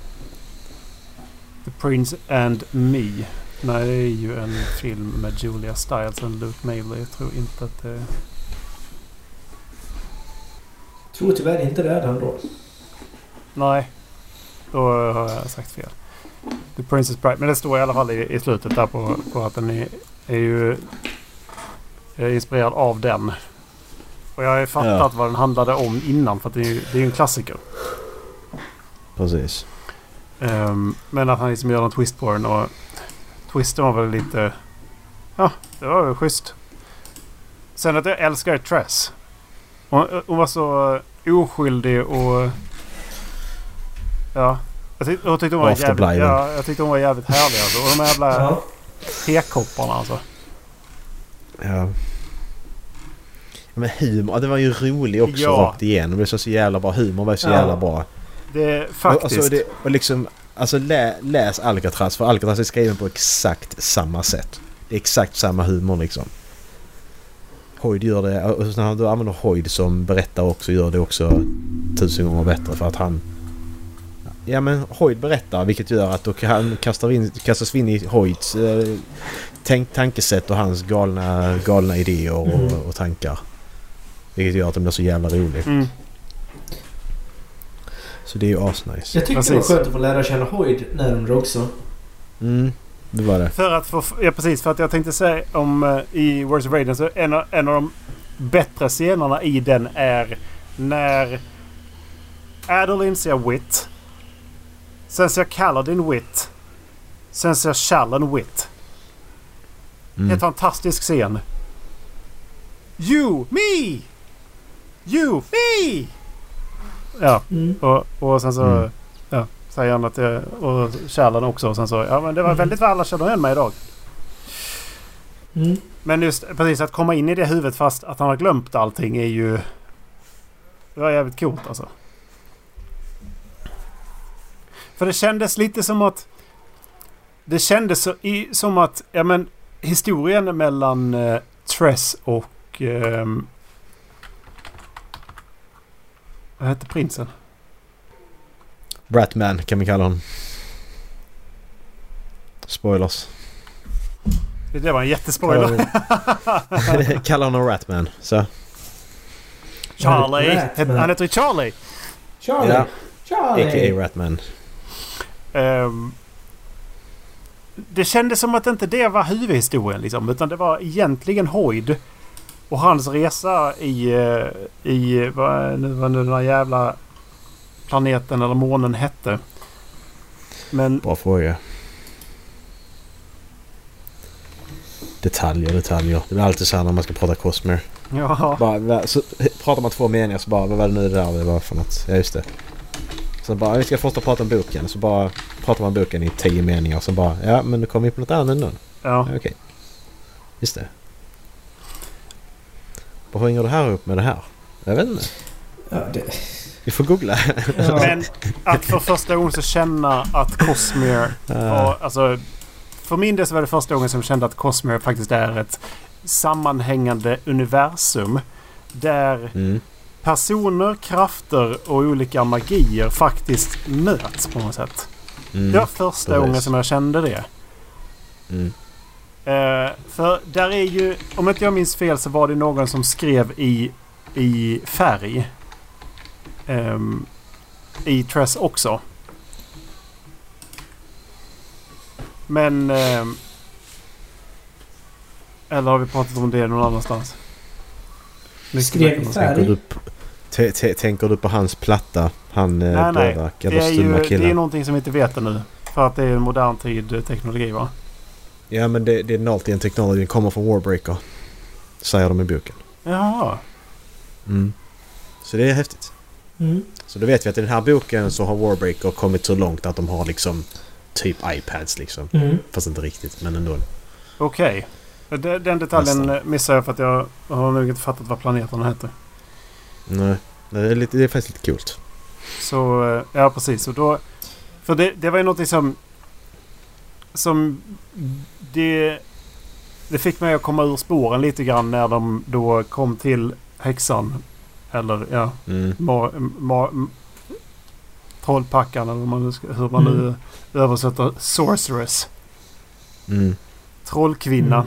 The Prince and Me. Nej, det är ju en film med Julia Stiles och Luke Mailey. Jag tror inte att det...
Tror tyvärr inte det är den då.
Nej. Då har jag sagt fel. The Princess Bride. Men det står i alla fall i, i slutet där på, på att den är, är ju är inspirerad av den. Och jag har ju fattat
Ja.
vad den handlade om innan. För att det är ju, det är ju en klassiker.
Precis.
Um, men att han liksom gör en twist på den. Och twisten var väl lite... Ja, det var väl schysst. Sen att jag älskar Tress. Hon, hon var så oskyldig och... Ja. Jag tyckte, jag tyckte hon var
After
jävligt...
Bliven.
Ja, jag tyckte hon var jävligt härlig alltså. Och de jävla
Ja.
tekopparna alltså.
Ja. Men humor, det var ju rolig också
Ja.
rakt igenom. Det var så jävla bra. Humor var så
Ja.
jävla bra.
Det faktiskt...
Och, alltså, det, och liksom, alltså lä, läs Alcatraz. För Alcatraz är skriven på exakt samma sätt. Det är exakt samma humor liksom. Hoyd gör det, och när han då använder Hoyd som berättar också, gör det också tusen gånger bättre för att han... Ja men Hoyd berättar, vilket gör att då kan kastar in, kastas in i Hoyds eh, tänk, tankesätt och hans galna, galna idéer och,
Mm.
och tankar. Vilket gör att de blir så jävla roligt.
Mm.
Så det är ju asnice.
Jag tyckte
Precis.
det var skönt att få lära känna Hoyd närmare också.
Mm, det var det.
För att få... Ja, precis. För att jag tänkte säga om uh, i Words of Radiance så en, av- en av de bättre scenerna i den är när Adolin ser Wit. Sen ser Kaladin Wit. Sen ser Shallan Wit.
Mm.
En fantastisk scen. You, me! You, me! Ja,
Mm.
och, och sen så...
Mm.
Ja, säger han att det... Och Shallan också. Och sen så... Ja, men det var
Mm.
väldigt väl att känna igen mig idag.
Mm.
Men just precis att komma in i det huvudet fast att han har glömt allting är ju... Det var jävligt coolt alltså. För det kändes lite som att... Det kändes så, i, som att... Ja men historien mellan eh, Tress och... Eh, vad hette prinsen?
Bratman kan vi kalla honom. Spoilers.
Det var en jättespoiler.
Kalla honom Ratman. Så.
Charlie.
Ratman.
Han heter Charlie.
Charlie!
Ja.
Charlie!
A K A Ratman.
Ehm, det kändes som att inte det var huvudhistorien liksom, utan det var egentligen Hoyd och hans resa i eh, i vad nu vad nu den här jävla planeten eller månen hette. Men
Bra fråga. detaljer, detaljer. Det är alltid så här när man ska prata Cosmere.
Ja.
Bara, så pratar man två meningar så bara, vad var det nu det där det var för något? Ja, just det. Så bara, vi ska först prata om boken. Så bara pratar man boken i tio meningar. Så bara, ja men du kommer in på något annat nu.
Ja.
Ja, okej. Okay. Just det. Vad hänger det här upp med det här? Jag vet inte.
Ja, det...
Vi får googla.
Ja.
Men att för första gången så känna att Cosmere var, alltså för min del så var det första gången som jag kände att Cosmere faktiskt är ett sammanhängande universum där mm. personer, krafter och olika magier faktiskt möts på något sätt. Mm. Det var första Precis. gången som jag kände det.
Mm.
Uh, för där är ju, om inte jag minns fel så var det någon som skrev i, i färg um, i Tress också. Men um, eller har vi pratat om det någon annanstans?
Skrev i färg?
Tänker du, på, t- t- tänker du på hans platta? Han
nej, nej.
Dödak,
det, är ju, det är någonting som vi inte vet ännu. För att det är en modern tid teknologi, va?
Ja, men det, det är alltid en teknologi. Den kommer från Warbreaker. Säger de i boken.
Jaha.
Mm. Så det är häftigt.
Mm.
Så då vet vi att i den här boken så har Warbreaker kommit så långt att de har liksom typ iPads liksom.
Mm.
Fast inte riktigt, men ändå.
Okej. Okay. Den detaljen Nästan. missar jag för att jag har nog inte fattat vad planeten heter.
Nej, det är, lite, det är faktiskt lite coolt.
Så, ja precis. Och då, för det, det var ju någonting som som det, det fick mig att komma ur spåren lite grann när de då kom till häxan. Eller ja,
mm.
ma, ma, trollpackan eller hur man, hur man mm. nu översätter sorceress.
Mm.
Trollkvinna.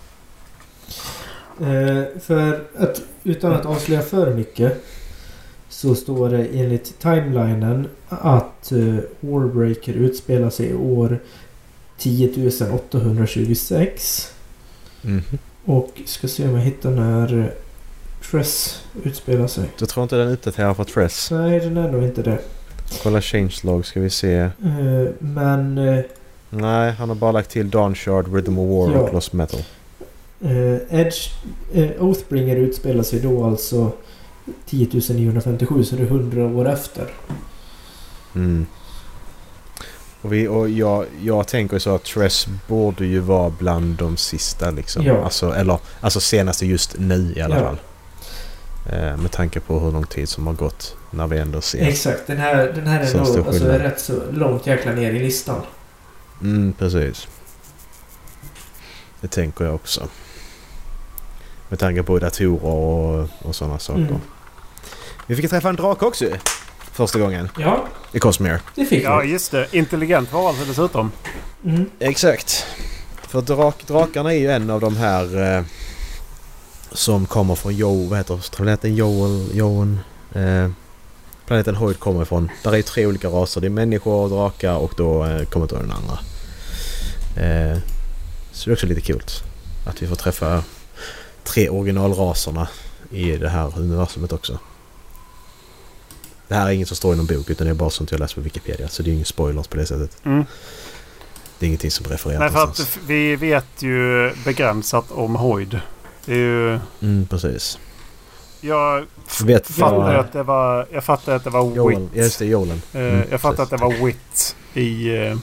Mm. Eh, för att utan att avslöja för mycket så står det enligt timelinen att uh, Warbreaker utspelar sig i år tio tusen åttahundratjugosex.
Mm.
Och ska se om jag hittar när Tress utspelar sig.
Jag tror inte den uppdaterar för Tress.
Nej, den är nog inte det.
Kolla changelog ska vi se.
Uh, men... Uh,
Nej, han har bara lagt till Dawn Shard, Rhythm of War ja. och Lost Metal.
Uh, Edge uh, Oathbringer utspelar sig då alltså tio tusen niohundrafemtiosju, så det är hundra år efter.
Mm. Och, vi, och jag, jag tänker så att Tress borde ju vara bland de sista liksom.
Ja.
Alltså, eller, alltså senaste just nu i alla
ja.
fall. Eh, med tanke på hur lång tid som har gått när vi ändå ser.
Exakt, den här, den här är nog alltså, rätt så långt jäkla ner i listan.
Mm, precis. Det tänker jag också. Med tanke på datorer och, och sådana saker. Mm. Vi fick träffa en drake också första gången.
Ja.
I Cosmere.
Det fick vi.
Ja, just det. Intelligent var alltså dessutom.
Mm.
Exakt. För drak, drakarna är ju en av de här eh, som kommer från Jo, vad heter planeten Joel, Joen, eh, planeten Hoid kommer ifrån. Där är tre olika raser. Det är människor och drakar och då eh, kommer då den andra. Eh, så det är också lite kul att vi får träffa tre originalraserna i det här universumet också. Det här är inget som står i någon bok utan det är bara sånt jag läst på Wikipedia, så det är ingen spoilers på det sättet.
Mm.
Det är ingenting som refererar.
Nej, för att vi vet ju begränsat om Hoid. Det är ju...
Mm, precis.
Jag
vet
fattade
vad...
att det var jag fattade att det var
Joel.
Wit.
Ja, just det, Jolen.
Mm, jag fattade att det var Wit i uh,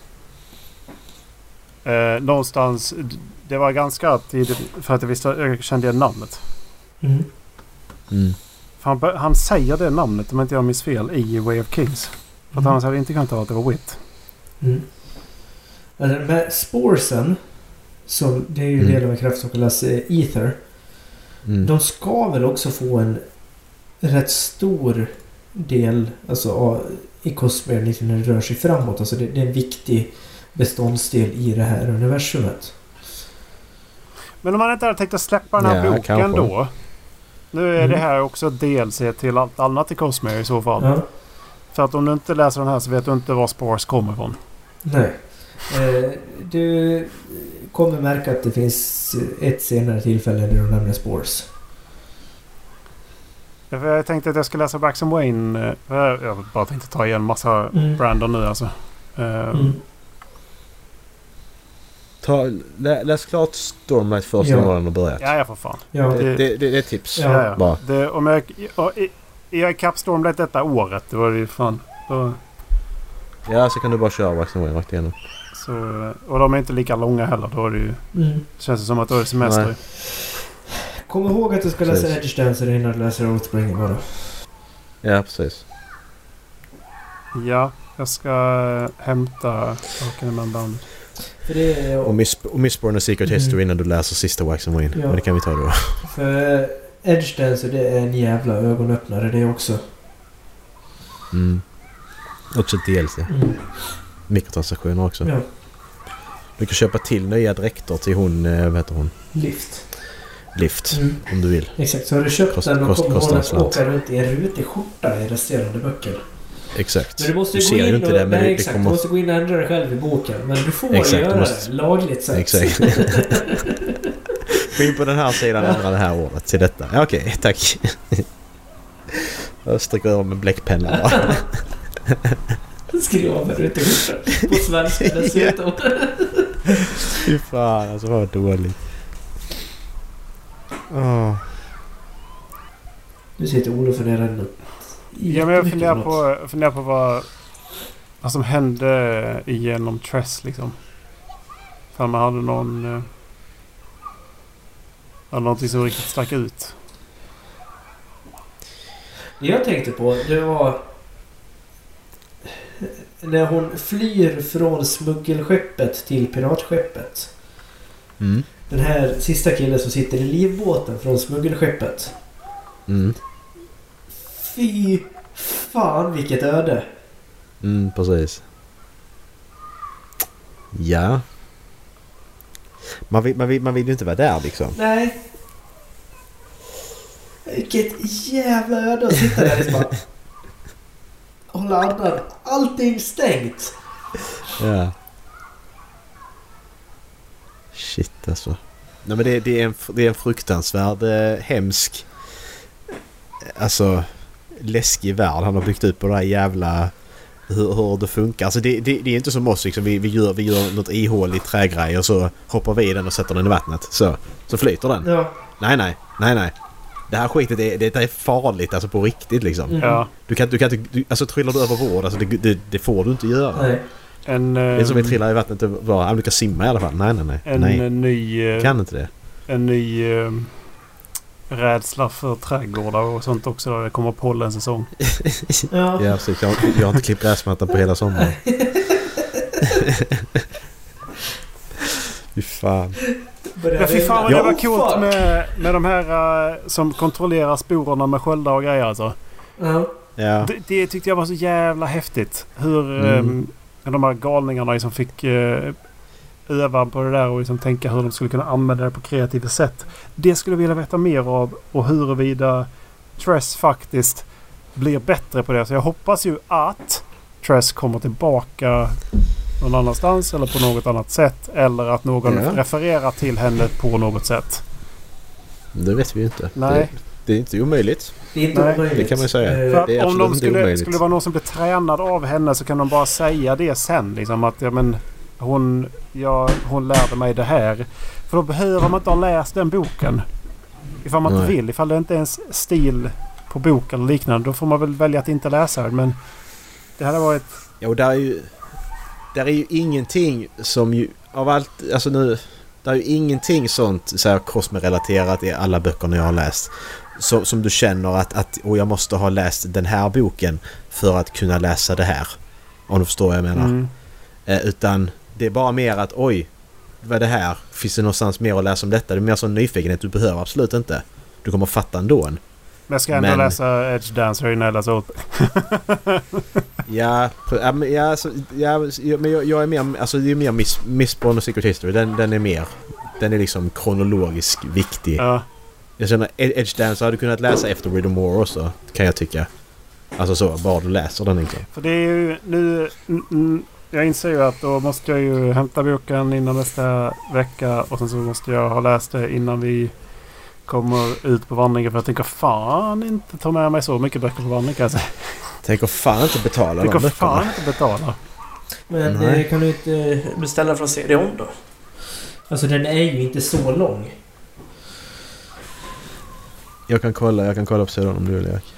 uh, någonstans. Det var ganska tidigt för att jag visste, jag kände igen namnet.
Mm.
Mm.
Han, han säger det namnet om inte jag minns fel i Way of Kings. För att
mm.
annars hade jag inte kunnat ta att det var Wit.
Mm. Alltså, med sporesen, som det är ju mm. del av en kraft som kallas eh, Ether. Mm. De ska väl också få en rätt stor del alltså, i Cosmere när det rör sig framåt. Alltså det, det är en viktig beståndsdel i det här universumet.
Men om man inte hade tänkt att släppa den här ja, boken kanske. Då. Nu är mm. det här också D L C till allt annat i Cosmere i så fall.
Ja.
För att om du inte läser den här så vet du inte var Spores kommer ifrån.
Nej. Eh, du kommer märka att det finns ett senare tillfälle där du nämner Spores.
Jag tänkte att jag skulle läsa Braxton Wayne. Jag bara tänkte ta igen massa mm. Brandon nu alltså. Uh,
mm. Ta, lä, läs klart Stormlight först
Ja.
när den har börjat.
Ja, jag får fan.
Ja.
Det,
Det-
det, det, det är ett tips.
Ja.
Ja,
Bara.
ja. Det, om jag, och, i- är jag ikapp Stormlight detta året, då var det ju fan... Då,
Ja, så kan du bara köra Wax and Wayne rakt igenom.
så, och de är inte lika långa heller. Då är det ju,
Mm.
känns det som att då är det semester.
Nej.
Kom ihåg att du ska läsa
Precis.
Edge Dancer innan du läser Oathbringer bara.
Ja, precis.
Ja, jag ska hämta saken med bandet.
För det är...
Och, Miss, och Mistborn och Secret
Mm.
History innan du läser sista Wax and Wayne.
Ja.
Men det kan vi ta då.
För Edge Dancer, det är en jävla ögonöppnare det också.
Mm. Också D L C.
Mm.
Mikrotransaktioner också.
Ja.
Du kan köpa till nya dräkter till hon, eh, vad heter hon?
Lift.
Lift.
Mm.
Om du vill.
Exakt, så har du köpt
Kost-
den och
kost-
kommer
kostar
hon
en
att
slant.
åka runt i en rutig skjorta i resterande böcker.
Exakt.
Men du måste
Du
gå
ser
in
ju inte
och,
det, men
nej,
det, det
exakt,
kommer...
du måste gå in och ändra det själv i boken. Men du får
Exakt, du
göra
måste-
det lagligt sätt.
Exakt. Gå in på den här sidan och ändra det här ordet till detta. Ja, okej, tack. Jag stryker över med bläckpenna bara.
Skriv av en rutig skjorta. På svenska dessutom.
Fy fan, alltså vad dåligt. Åh.
Nu sitter Olof och funderar något.
Ja, men jag funderar på, jag funderar på vad, vad som hände genom Tress liksom. För man hade någon... eh, hade någonting som riktigt stack ut.
Det jag tänkte på, det var... När hon flyr från smuggelskeppet till piratskeppet.
Mm.
Den här sista killen som sitter i livbåten från smuggelskeppet.
Mm.
Fy fan vilket öde.
Mm, precis. Ja. Man vill, man, vill, man vill ju inte vara där liksom.
Nej. Vilket jävla öde att sitta där och bara... Hålla andan. Allting stängt.
Ja. Shit alltså. Nej men det, det, är, en, det är en fruktansvärd eh, hemsk alltså läskig värld han har byggt upp på det här jävla hur, hur det funkar. Alltså det, det, det är inte som oss liksom. Vi, vi, gör, vi gör något ihåligt trägrej och så hoppar vi i den och sätter den i vattnet. Så, så flyter den.
Ja.
Nej, nej, nej, nej. Det här skitet är, det är farligt alltså på riktigt liksom.
Mm.
Ja.
Du kan, du kan inte, du, alltså trillar du över bord, alltså det, det, det får du inte göra.
Nej.
En,
Det är som vi
eh,
trillar i vattnet och bara, du kan simma i alla fall. Nej, nej, nej.
en
nej.
ny... eh,
Kan inte det.
En ny... eh, rädsla för trädgårdar och sånt också. Där det kommer pollensäsong.
Ja.
Ja, precis. Jag, jag har inte klippt gräsmattan på hela sommaren. Fy fan.
Ja, fy fan vad
Ja,
det var
oh,
coolt
fuck.
med, med de här eh, som kontrollerar sporerna med sköldar och grejer alltså.
Ja.
Ja.
Det, det tyckte jag var så jävla häftigt. Hur
Mm.
eh, de här galningarna som fick eh, öva på det där och liksom tänka hur de skulle kunna använda det på kreativa sätt. Det skulle jag vilja veta mer av och huruvida Tress faktiskt blir bättre på det. Så jag hoppas ju att Tress kommer tillbaka någon annanstans eller på något annat sätt. Eller att någon
Ja.
refererar till henne på något sätt.
Det vet vi ju inte.
Nej.
Det, det är inte omöjligt.
Det är inte
Nej,
omöjligt.
det kan man ju säga.
Eh,
För
det är
att om
absolut
de
inte
skulle,
omöjligt.
skulle vara någon som blir tränad av henne så kan de bara säga det sen. Liksom att ja, men, hon, ja, hon lärde mig det här. För då behöver man inte ha läst den boken. Ifall man inte
Nej.
vill. Ifall det inte är ens stil på boken eller liknande. Då får man väl välja att inte läsa den. Men det hade varit...
Ja, och där är ju... Där är ju ingenting som ju... Av allt... Alltså nu... Det är ju ingenting sånt så här Cosme-relaterat i alla böckerna jag har läst. Så, som du känner att, att och jag måste ha läst den här boken för att kunna läsa det här. Om du förstår vad jag menar.
Mm.
Eh, utan det är bara mer att oj, vad är det här? Finns det någonstans mer att läsa om detta? Det är mer som nyfikenhet. Du behöver absolut inte. Du kommer fatta ändå.
Men jag ska ändå
Men-
läsa Edge Dancer innan jag läser åt.
Ja, pr- ja, men, ja, alltså, ja, men jag, jag är mer, alltså det är mer Miss, Mistborn och Secret History. Den, den är mer, den är liksom kronologiskt viktig.
Ja.
Jag känner Edge Dancer hade du kunnat läsa efter Read More också, kan jag tycka. Alltså så, bara du läser den liksom.
För det är ju nu... mm, mm, jag inser ju att då måste jag ju hämta boken innan nästa vecka. Och sen så måste jag ha läst det innan vi kommer ut på vandringen. För jag tänker fan inte ta med mig så mycket böcker på vandring kan jag säga.
Tänker fan inte betala
Jag
de
tänker fan
böckerna.
inte betala.
Men
Nej.
eh, kan du inte beställa från C D-ON då? Alltså den är ju inte så lång.
Jag kan kolla, jag kan kolla på sidan om du vill, Erik.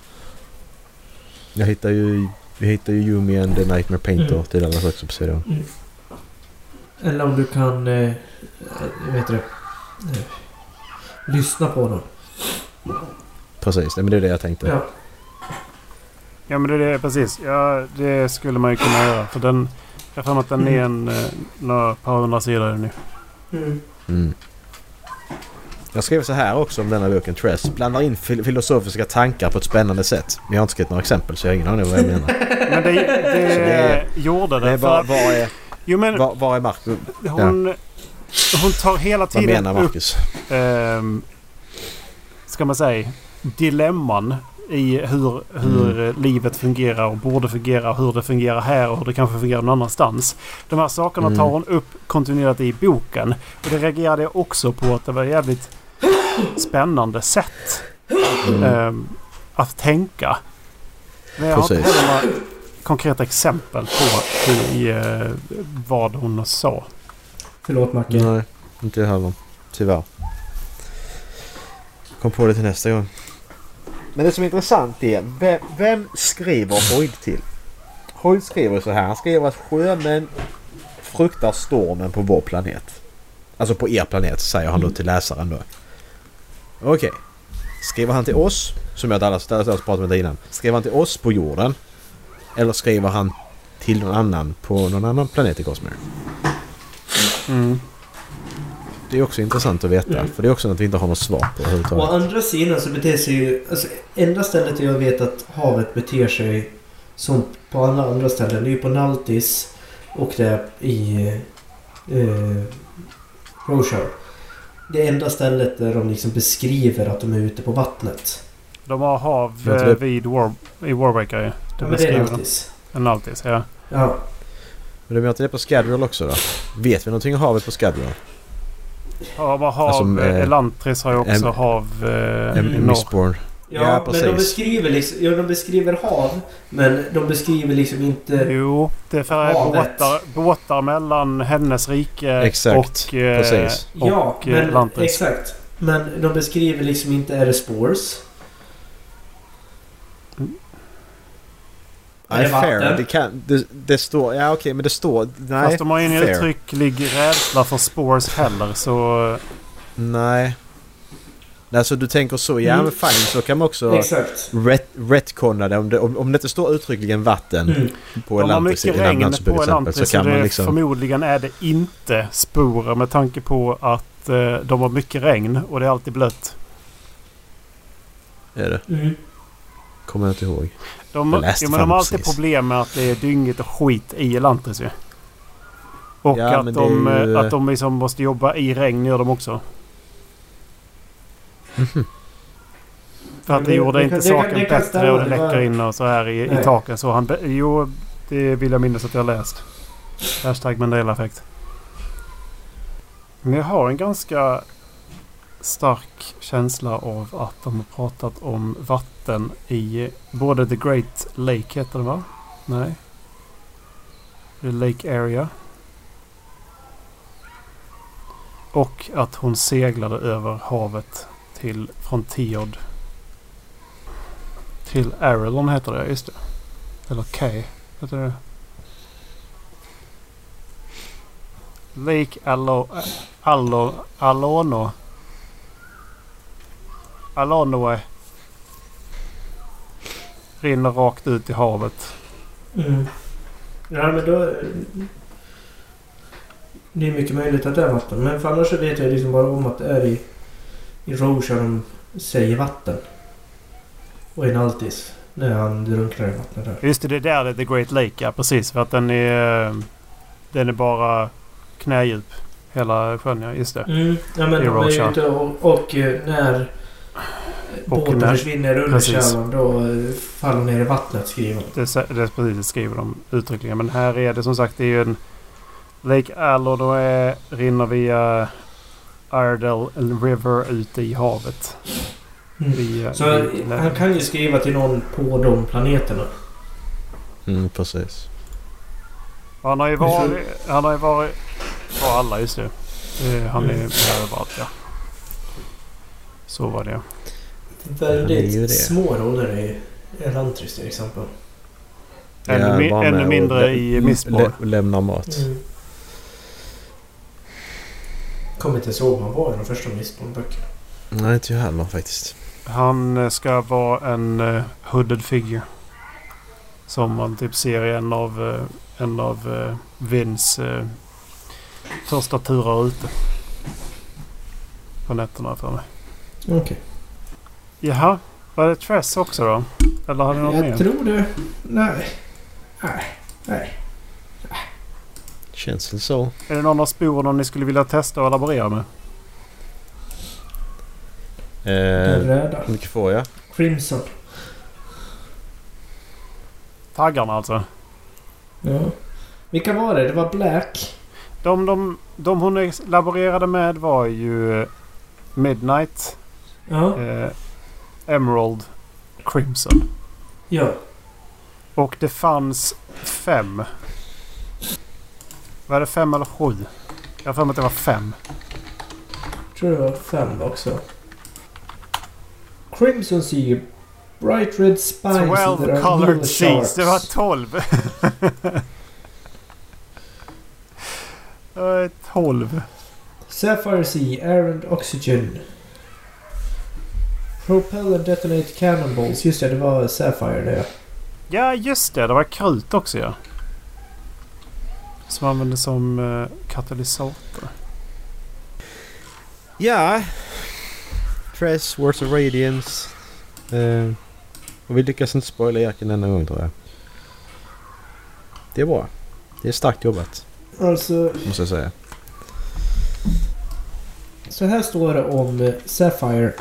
Jag hittar ju, vi hittar ju Yumi and the Nightmare Painter mm. till alla också på sidan. Mm.
Eller om du kan, eh, vet du det, eh, lyssna på dem.
Precis, men det är det jag tänkte.
Ja,
ja men det är det, precis. Ja, det skulle man ju kunna göra. För den, jag tror att den är en eh, några par hundra sidor nu.
Mm.
Mm. Jag skrev så här också om denna boken, Tress. Blandar in fil- filosofiska tankar på ett spännande sätt. Men jag har inte skrivit några exempel så jag har ingen aning vad jag menar.
Men det, det, det är, gjorde det.
det är bara, vad är,
jo, men,
vad, vad är Marcus?
Hon, ja. hon tar hela tiden
vad menar Marcus?
upp, eh, ska man säga, dilemman i hur, hur mm. livet fungerar och borde fungera, hur det fungerar här och hur det kanske fungerar någon annanstans. De här sakerna mm. tar hon upp kontinuerligt i boken. Och det reagerade jag också på att det var jävligt spännande sätt mm. eh, att tänka. Men jag
Precis.
har inte heller några konkreta exempel på i, eh, vad hon sa.
Förlåt, Macke.
Nej, inte heller. Tyvärr. Kom på det till nästa gång. Men det som är intressant är, vem, vem skriver Hoyd till? Hoyd skriver så här. Han skriver att sjömän fruktar stormen på vår planet. Alltså på er planet, säger han då till läsaren då. Okej. Okay. Skriver han till oss, som jag alla stället pratat med innan. Skriver han till oss på jorden? Eller skriver han till någon annan på någon annan planet i Cosmere?
Mm.
Det
är också intressant att veta. Mm. För det är också något vi inte har något svar på överhuvudtaget.
Å andra sidan så beter sig ju... Alltså, enda stället jag vet att havet beter sig som på alla andra ställen, det är ju på Naltis och det är i eh, Roshar. Det enda stället där de liksom beskriver att de är ute på vattnet.
De har hav eh, vid War, i Warbreaker. Det,
ja, men det är Naltis.
En Naltis, ja.
Ja.
Men du menar att det är på Scadrial också då? Vet vi någonting om havet på Scadrial?
Ja, men hav, alltså, eh, Elantris har ju också em, hav eh,
em,
i norr.
Ja, ja, men de beskriver liksom, ja, de beskriver hav, men de beskriver liksom inte.
Jo, det är för båtar, båtar mellan hennes rike
exakt,
och, eh,
precis.
och
ja, men,
Elantris.
Exakt. Men de beskriver liksom inte är det spores.
Nej, fair. Det, kan, det, det står... Ja, okej, okay, men det står... Nej,
fast de har ju en uttrycklig rädsla för spores heller, så...
Nej. Alltså, du tänker så... Ja, mm. men fine, så kan man också...
Exakt.
Ret, retconna det. Om, det. om, om det inte står uttryckligen vatten mm. på Elantris i en annan på exempel, så kan så man liksom...
Förmodligen är det inte sporer med tanke på att eh, de har mycket regn och det är alltid blött.
Är det?
Mm.
Kommer jag inte ihåg.
De, jo, men de har alltid precis. problem med att det är dyngigt och skit i Elantris ju. Och ja, att, de, ju... att de liksom måste jobba i regn gör de också.
Mm-hmm.
För att det, det gjorde det, inte det, saken det, det bättre stämma, och det läcker var... in och så här i, i taken. Så han, jo, det vill jag minnas att jag har läst. Hashtag Mandela-effekt. Men jag har en ganska stark känsla av att de har pratat om vatten i både The Great Lake heter det, va? Nej. The Lake Area. Och att hon seglade över havet till från Teod till Arelon heter det, just det. Eller K heter det. Lake Allo Allo Alono Alonoe rinner rakt ut i havet.
Mm. Ja, men då... Det är mycket möjligt att det är vatten. Men för annars så vet jag liksom bara om att det är i, i Roshar de säger vatten. Och i Naltis när han drunknar i vattnet där.
Just det, det är där det är The Great Lake, ja, precis. För att den är, den är bara knädjup. Hela sjön, ja, just det.
Mm. Ja, men de är ute och, och när... båten när, försvinner under kärnan, då faller ner i vattnet, skriver de.
Det, det är precis, det skriver de uttryckligen. Men här är det som sagt, det är ju en Lake Allo, då är, rinner via Ardell River ute i havet.
Mm. Via, så via, han kan ju skriva till någon på de planeterna.
Mm, precis.
Han har ju varit, han har ju varit på alla, just det. Uh, han är mm. överallt, ja. Så var det.
Väldigt det. små roller i Elantris till exempel.
Ännu, ja, mi- ännu mindre lä- i Mistborn.
Lä- lämna mat. Mm.
Kommer inte ihåg om han var i de första Mistborn-böckerna.
Nej, inte jag heller faktiskt.
Han ska vara en uh, hooded figure. Som man typ ser i en av, uh, en av uh, Vins uh, första turer ute. På nätterna för mig.
Okej. Okay.
Jaha, var det Tress också då? Eller har ni något
jag
mer?
Jag tror det. Nej. Nej. Nej.
Känns det så.
Är det någon av sporerna ni skulle vilja testa och elaborera med?
Eh, röda. Hur mycket får jag?
Crimson.
Taggarna alltså?
Ja. Vilka var det? Det var Black.
De, de, de hon laborerade med var ju Midnight,
ja.
eh, Emerald, Crimson.
Ja.
Och det fanns fem. Var det fem eller sju? Jag har för mig att det var fem.
Jag tror det var fem också. Crimson Sea. Bright Red Spines.
twelve colored seas. Det var tolv. tolv.
Sapphire Sea. Air and Oxygen. Propel and Detonate Cannonballs. Just det, det var Sapphire det.
Ja, just det. Det var krut också, ja. Som användes som uh, katalysator.
Ja. Press, Words of Radiance. Uh, och vi lyckas inte spoila Erken denna gång, tror jag. Det är bra. Det är starkt jobbat.
Alltså...
måste jag säga.
Så här står det om Sapphire.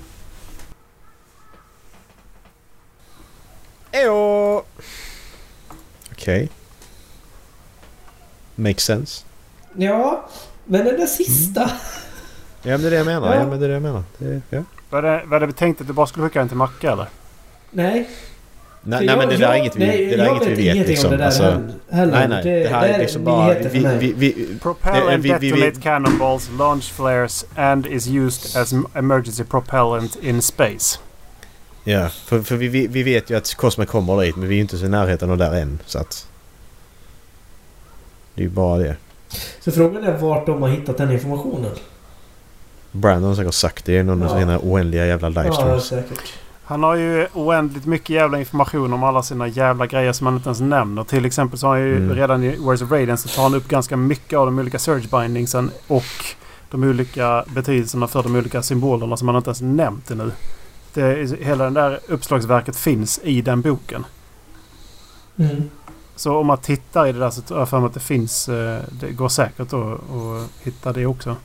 Ejo! Okej. Okay. Makes sense.
Ja, men den där sista... Mm.
Ja, men det är det jag menar. Ja. Ja, men det är det jag menar. Det, ja.
Var det, var det tänkt att du bara skulle skicka den till Macka, eller?
Nej.
Nej, nej men det där är inget vi,
nej,
det där är inget vi vet liksom.
Det där
alltså,
heller.
Nej, nej. Det, det här är liksom bara... Vi, vi, vi,
propel and detonate cannonballs, launch flares and is used as emergency propellant in space.
Ja, för, för vi, vi vet ju att Cosmo kommer dit, men vi är inte så i närheten av där än, så att... Det är ju bara det.
Så frågan är vart de har hittat den informationen?
Brandon har säkert sagt det. Det är någon av sina oändliga jävla livestreams.
Ja, säkert.
Han har ju oändligt mycket jävla information om alla sina jävla grejer som han inte ens nämner. Till exempel så har han ju mm. redan i Words of Radiance så tar han upp ganska mycket av de olika surge bindingsen och de olika betydelserna för de olika symbolerna som han inte ens nämnt ännu. Det, hela den där uppslagsverket finns i den boken.
Mm.
Så om man tittar i det där så tror jag för mig att det finns, det går säkert att, att hitta det också.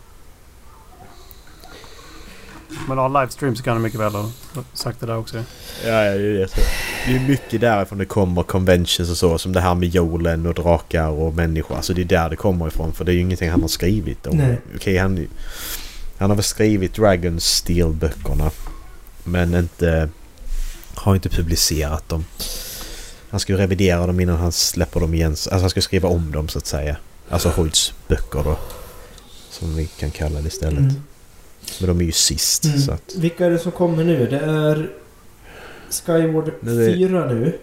Men har livestream så kan det mycket väl ha sagt det där också.
Ja, ja det är det. Det är mycket därifrån det kommer conventions och så. Som det här med Jolen och drakar och människor. Alltså det är där det kommer ifrån. För det är ju ingenting han har skrivit. Okej, okay, han, han har väl skrivit Dragon's Steel-böckerna. Men inte har inte publicerat dem. Han ska ju revidera dem innan han släpper dem igen. Alltså han ska skriva om dem så att säga. Alltså Hoyts böcker då. Som vi kan kalla det istället. Mm. Men de är ju sist. Mm. Så att...
Vilka är det som kommer nu? Det är Skyward det... fyra nu.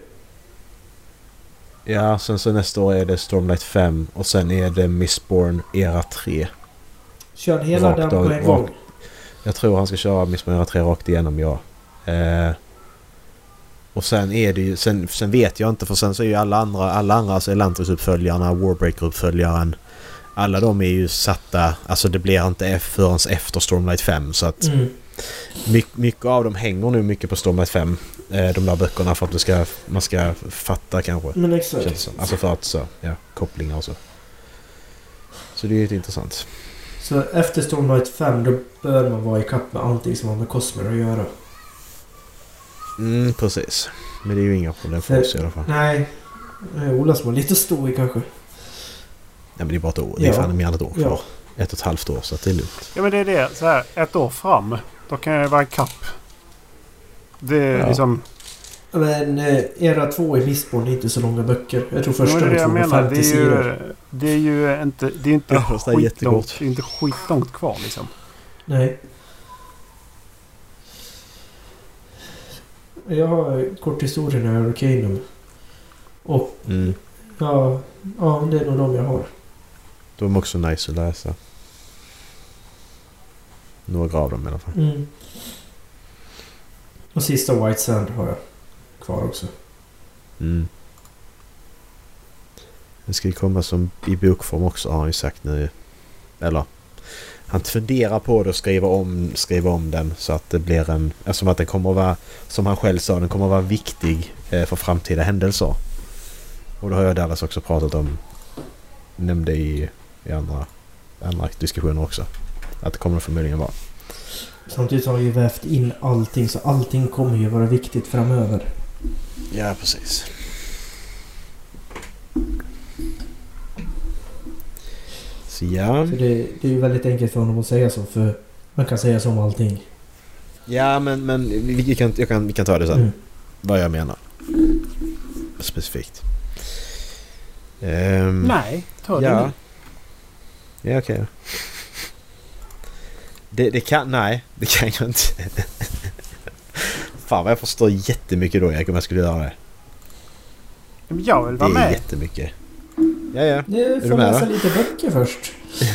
Ja, sen så nästa år är det Stormlight fem. Och sen är det Mistborn Era tre.
Kör hela den på en gång. Rakt...
Jag tror han ska köra Mistborn Era tre rakt igenom, ja. Eh... Och sen är det ju... Sen, sen vet jag inte, för sen så är ju alla andra... Alla andra, alltså Elantris-uppföljarna, Warbreaker-uppföljaren... Alla de är ju satta, alltså det blir inte F förrän efter Stormlight fem, så att
mm.
mycket, mycket av dem hänger nu mycket på Stormlight fem, eh, de där böckerna, för att det ska, man ska fatta kanske.
Men exakt.
Alltså för att så, ja, kopplingar och så. Så det är ju intressant.
Så efter Stormlight fem då bör man vara i kapp med allting som har med Cosmo att göra.
Mm, precis. Men det är ju inga problem för, för oss i alla fall.
Nej, Ola som har lite att stå i kanske.
Ja, men det är bara ett år. Det är ja. fan mer än ett år kvar. Ja. Ett och ett halvt år, så att det är lugnt.
Ja, men det är det. Så här, ett år fram. Då kan jag vara i kapp. Det är
ja.
liksom...
Men eh, era två i Mistborn är inte så långa böcker. Jag tror första
det är det jag
var
menar. Det
femtio
är
sidor.
ju, det är ju inte, det är inte
Ja, det är
skitlångt,
jättegott.
det är inte skitlångt kvar liksom.
Nej. Jag har korthistorierna i Arcanum. Och
Mm.
ja, ja, det är nog de jag har.
De är också nice att läsa. Några av dem i alla fall.
Mm. Och sista White Sand har jag kvar också.
Mm. Den ska ju komma som i bokform också, har han ju sagt nu. Eller han funderar på det och skriva om, skriva om den så att det blir en... Eftersom att den kommer att vara, som han själv sa, den kommer att vara viktig eh, för framtida händelser. Och då har jag Dallas också pratat om, nämnde i, i andra, andra diskussioner också. Att det kommer förmodligen vara.
Samtidigt har jag ju vävt in allting, så allting kommer ju vara viktigt framöver.
Ja, precis. Så ja.
Så det, det är ju väldigt enkelt för honom att säga så, för man kan säga så om allting.
Ja, men, men vi, vi, kan, jag kan, vi kan ta det sen.
Mm.
Vad jag menar. Specifikt. Um,
Nej, ta det
ja.
nu.
Ja, okej. Okay. Det, det kan... Nej, det kan jag inte. Fan vad jag förstår jättemycket då, Erik, om jag skulle göra det.
Men jag vill
Det
vara
är
med.
jättemycket. Ja, ja.
Nu
Är
får
du med
läsa
då?
lite böcker först.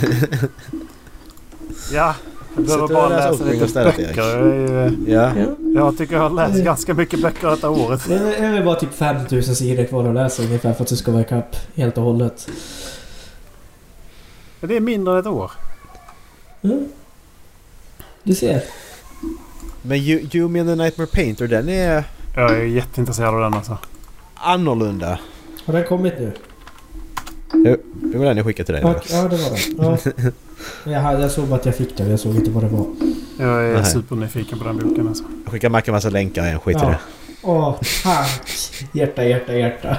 Ja, jag behöver
Sätter
bara
jag läsa
läsa
upp
lite
istället,
böcker.
Erik?
Jag, är ju-
Ja.
Ja.
jag tycker jag har läst
Mm.
ganska mycket böcker detta året.
Det är det är väl bara typ fem tusen sidor kvar att läsa ungefär för att det ska vara ikapp helt och hållet.
Det är mindre än ett år.
Mm. Du ser.
Men You, you mean the Nightmare Painter, den är
Jag är jätteintresserad av den alltså.
annorlunda.
Har den kommit nu?
Jo, det var den jag skickade till dig.
Ja, ja det var den. Ja. Jag, hade- jag såg att jag fick den, jag såg inte vad det var.
Jag är
Nej.
supernyfiken på den boken alltså.
Jag skickar Macke en massa länkar igen, skit i
Ja.
det.
Åh, tack! Hjärta, hjärta, hjärta.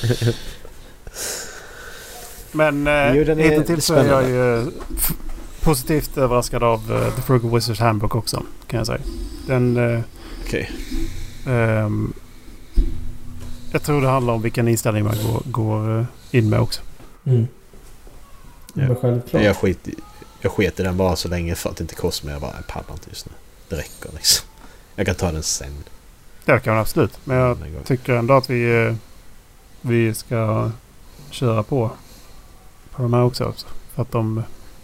Men eh,
Jo, den är
hittills så är jag
spännande.
ju f- positivt överraskad av uh, The Frugal Wizard's Handbook också, kan jag säga. Den... Eh,
Okej.
ehm, jag tror det handlar om vilken inställning man går, går eh, in med också.
Mm.
Ja.
Men självklart.
Jag skit i, jag sket i den bara så länge för att det inte kostar mig. Jag bara, jag pallar inte just nu. Det räcker liksom. Jag kan ta den sen.
Det kan man absolut. Men jag
En gång.
tycker ändå att vi, eh, vi ska köra på på de här också. också. För att de...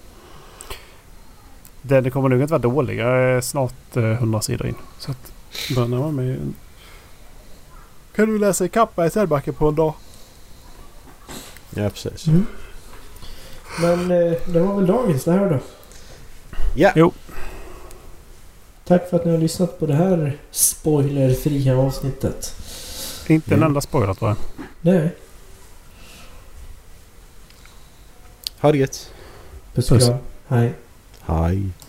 Det, det kommer nog inte vara dålig. Jag är snart eh, hundra sidor in. Så att börjar man med... Kan du läsa i kappa i Sällbacka på en dag?
Ja, precis.
Mm. Men eh, det var väl dagens det här då.
Ja.
Jo.
Tack för att ni har lyssnat på det här spoilerfria avsnittet.
Inte en
Mm.
enda spoiler tror jag.
Nej.
Ha det gött.
Puss och
Puss.
kram. Hej.
Hej.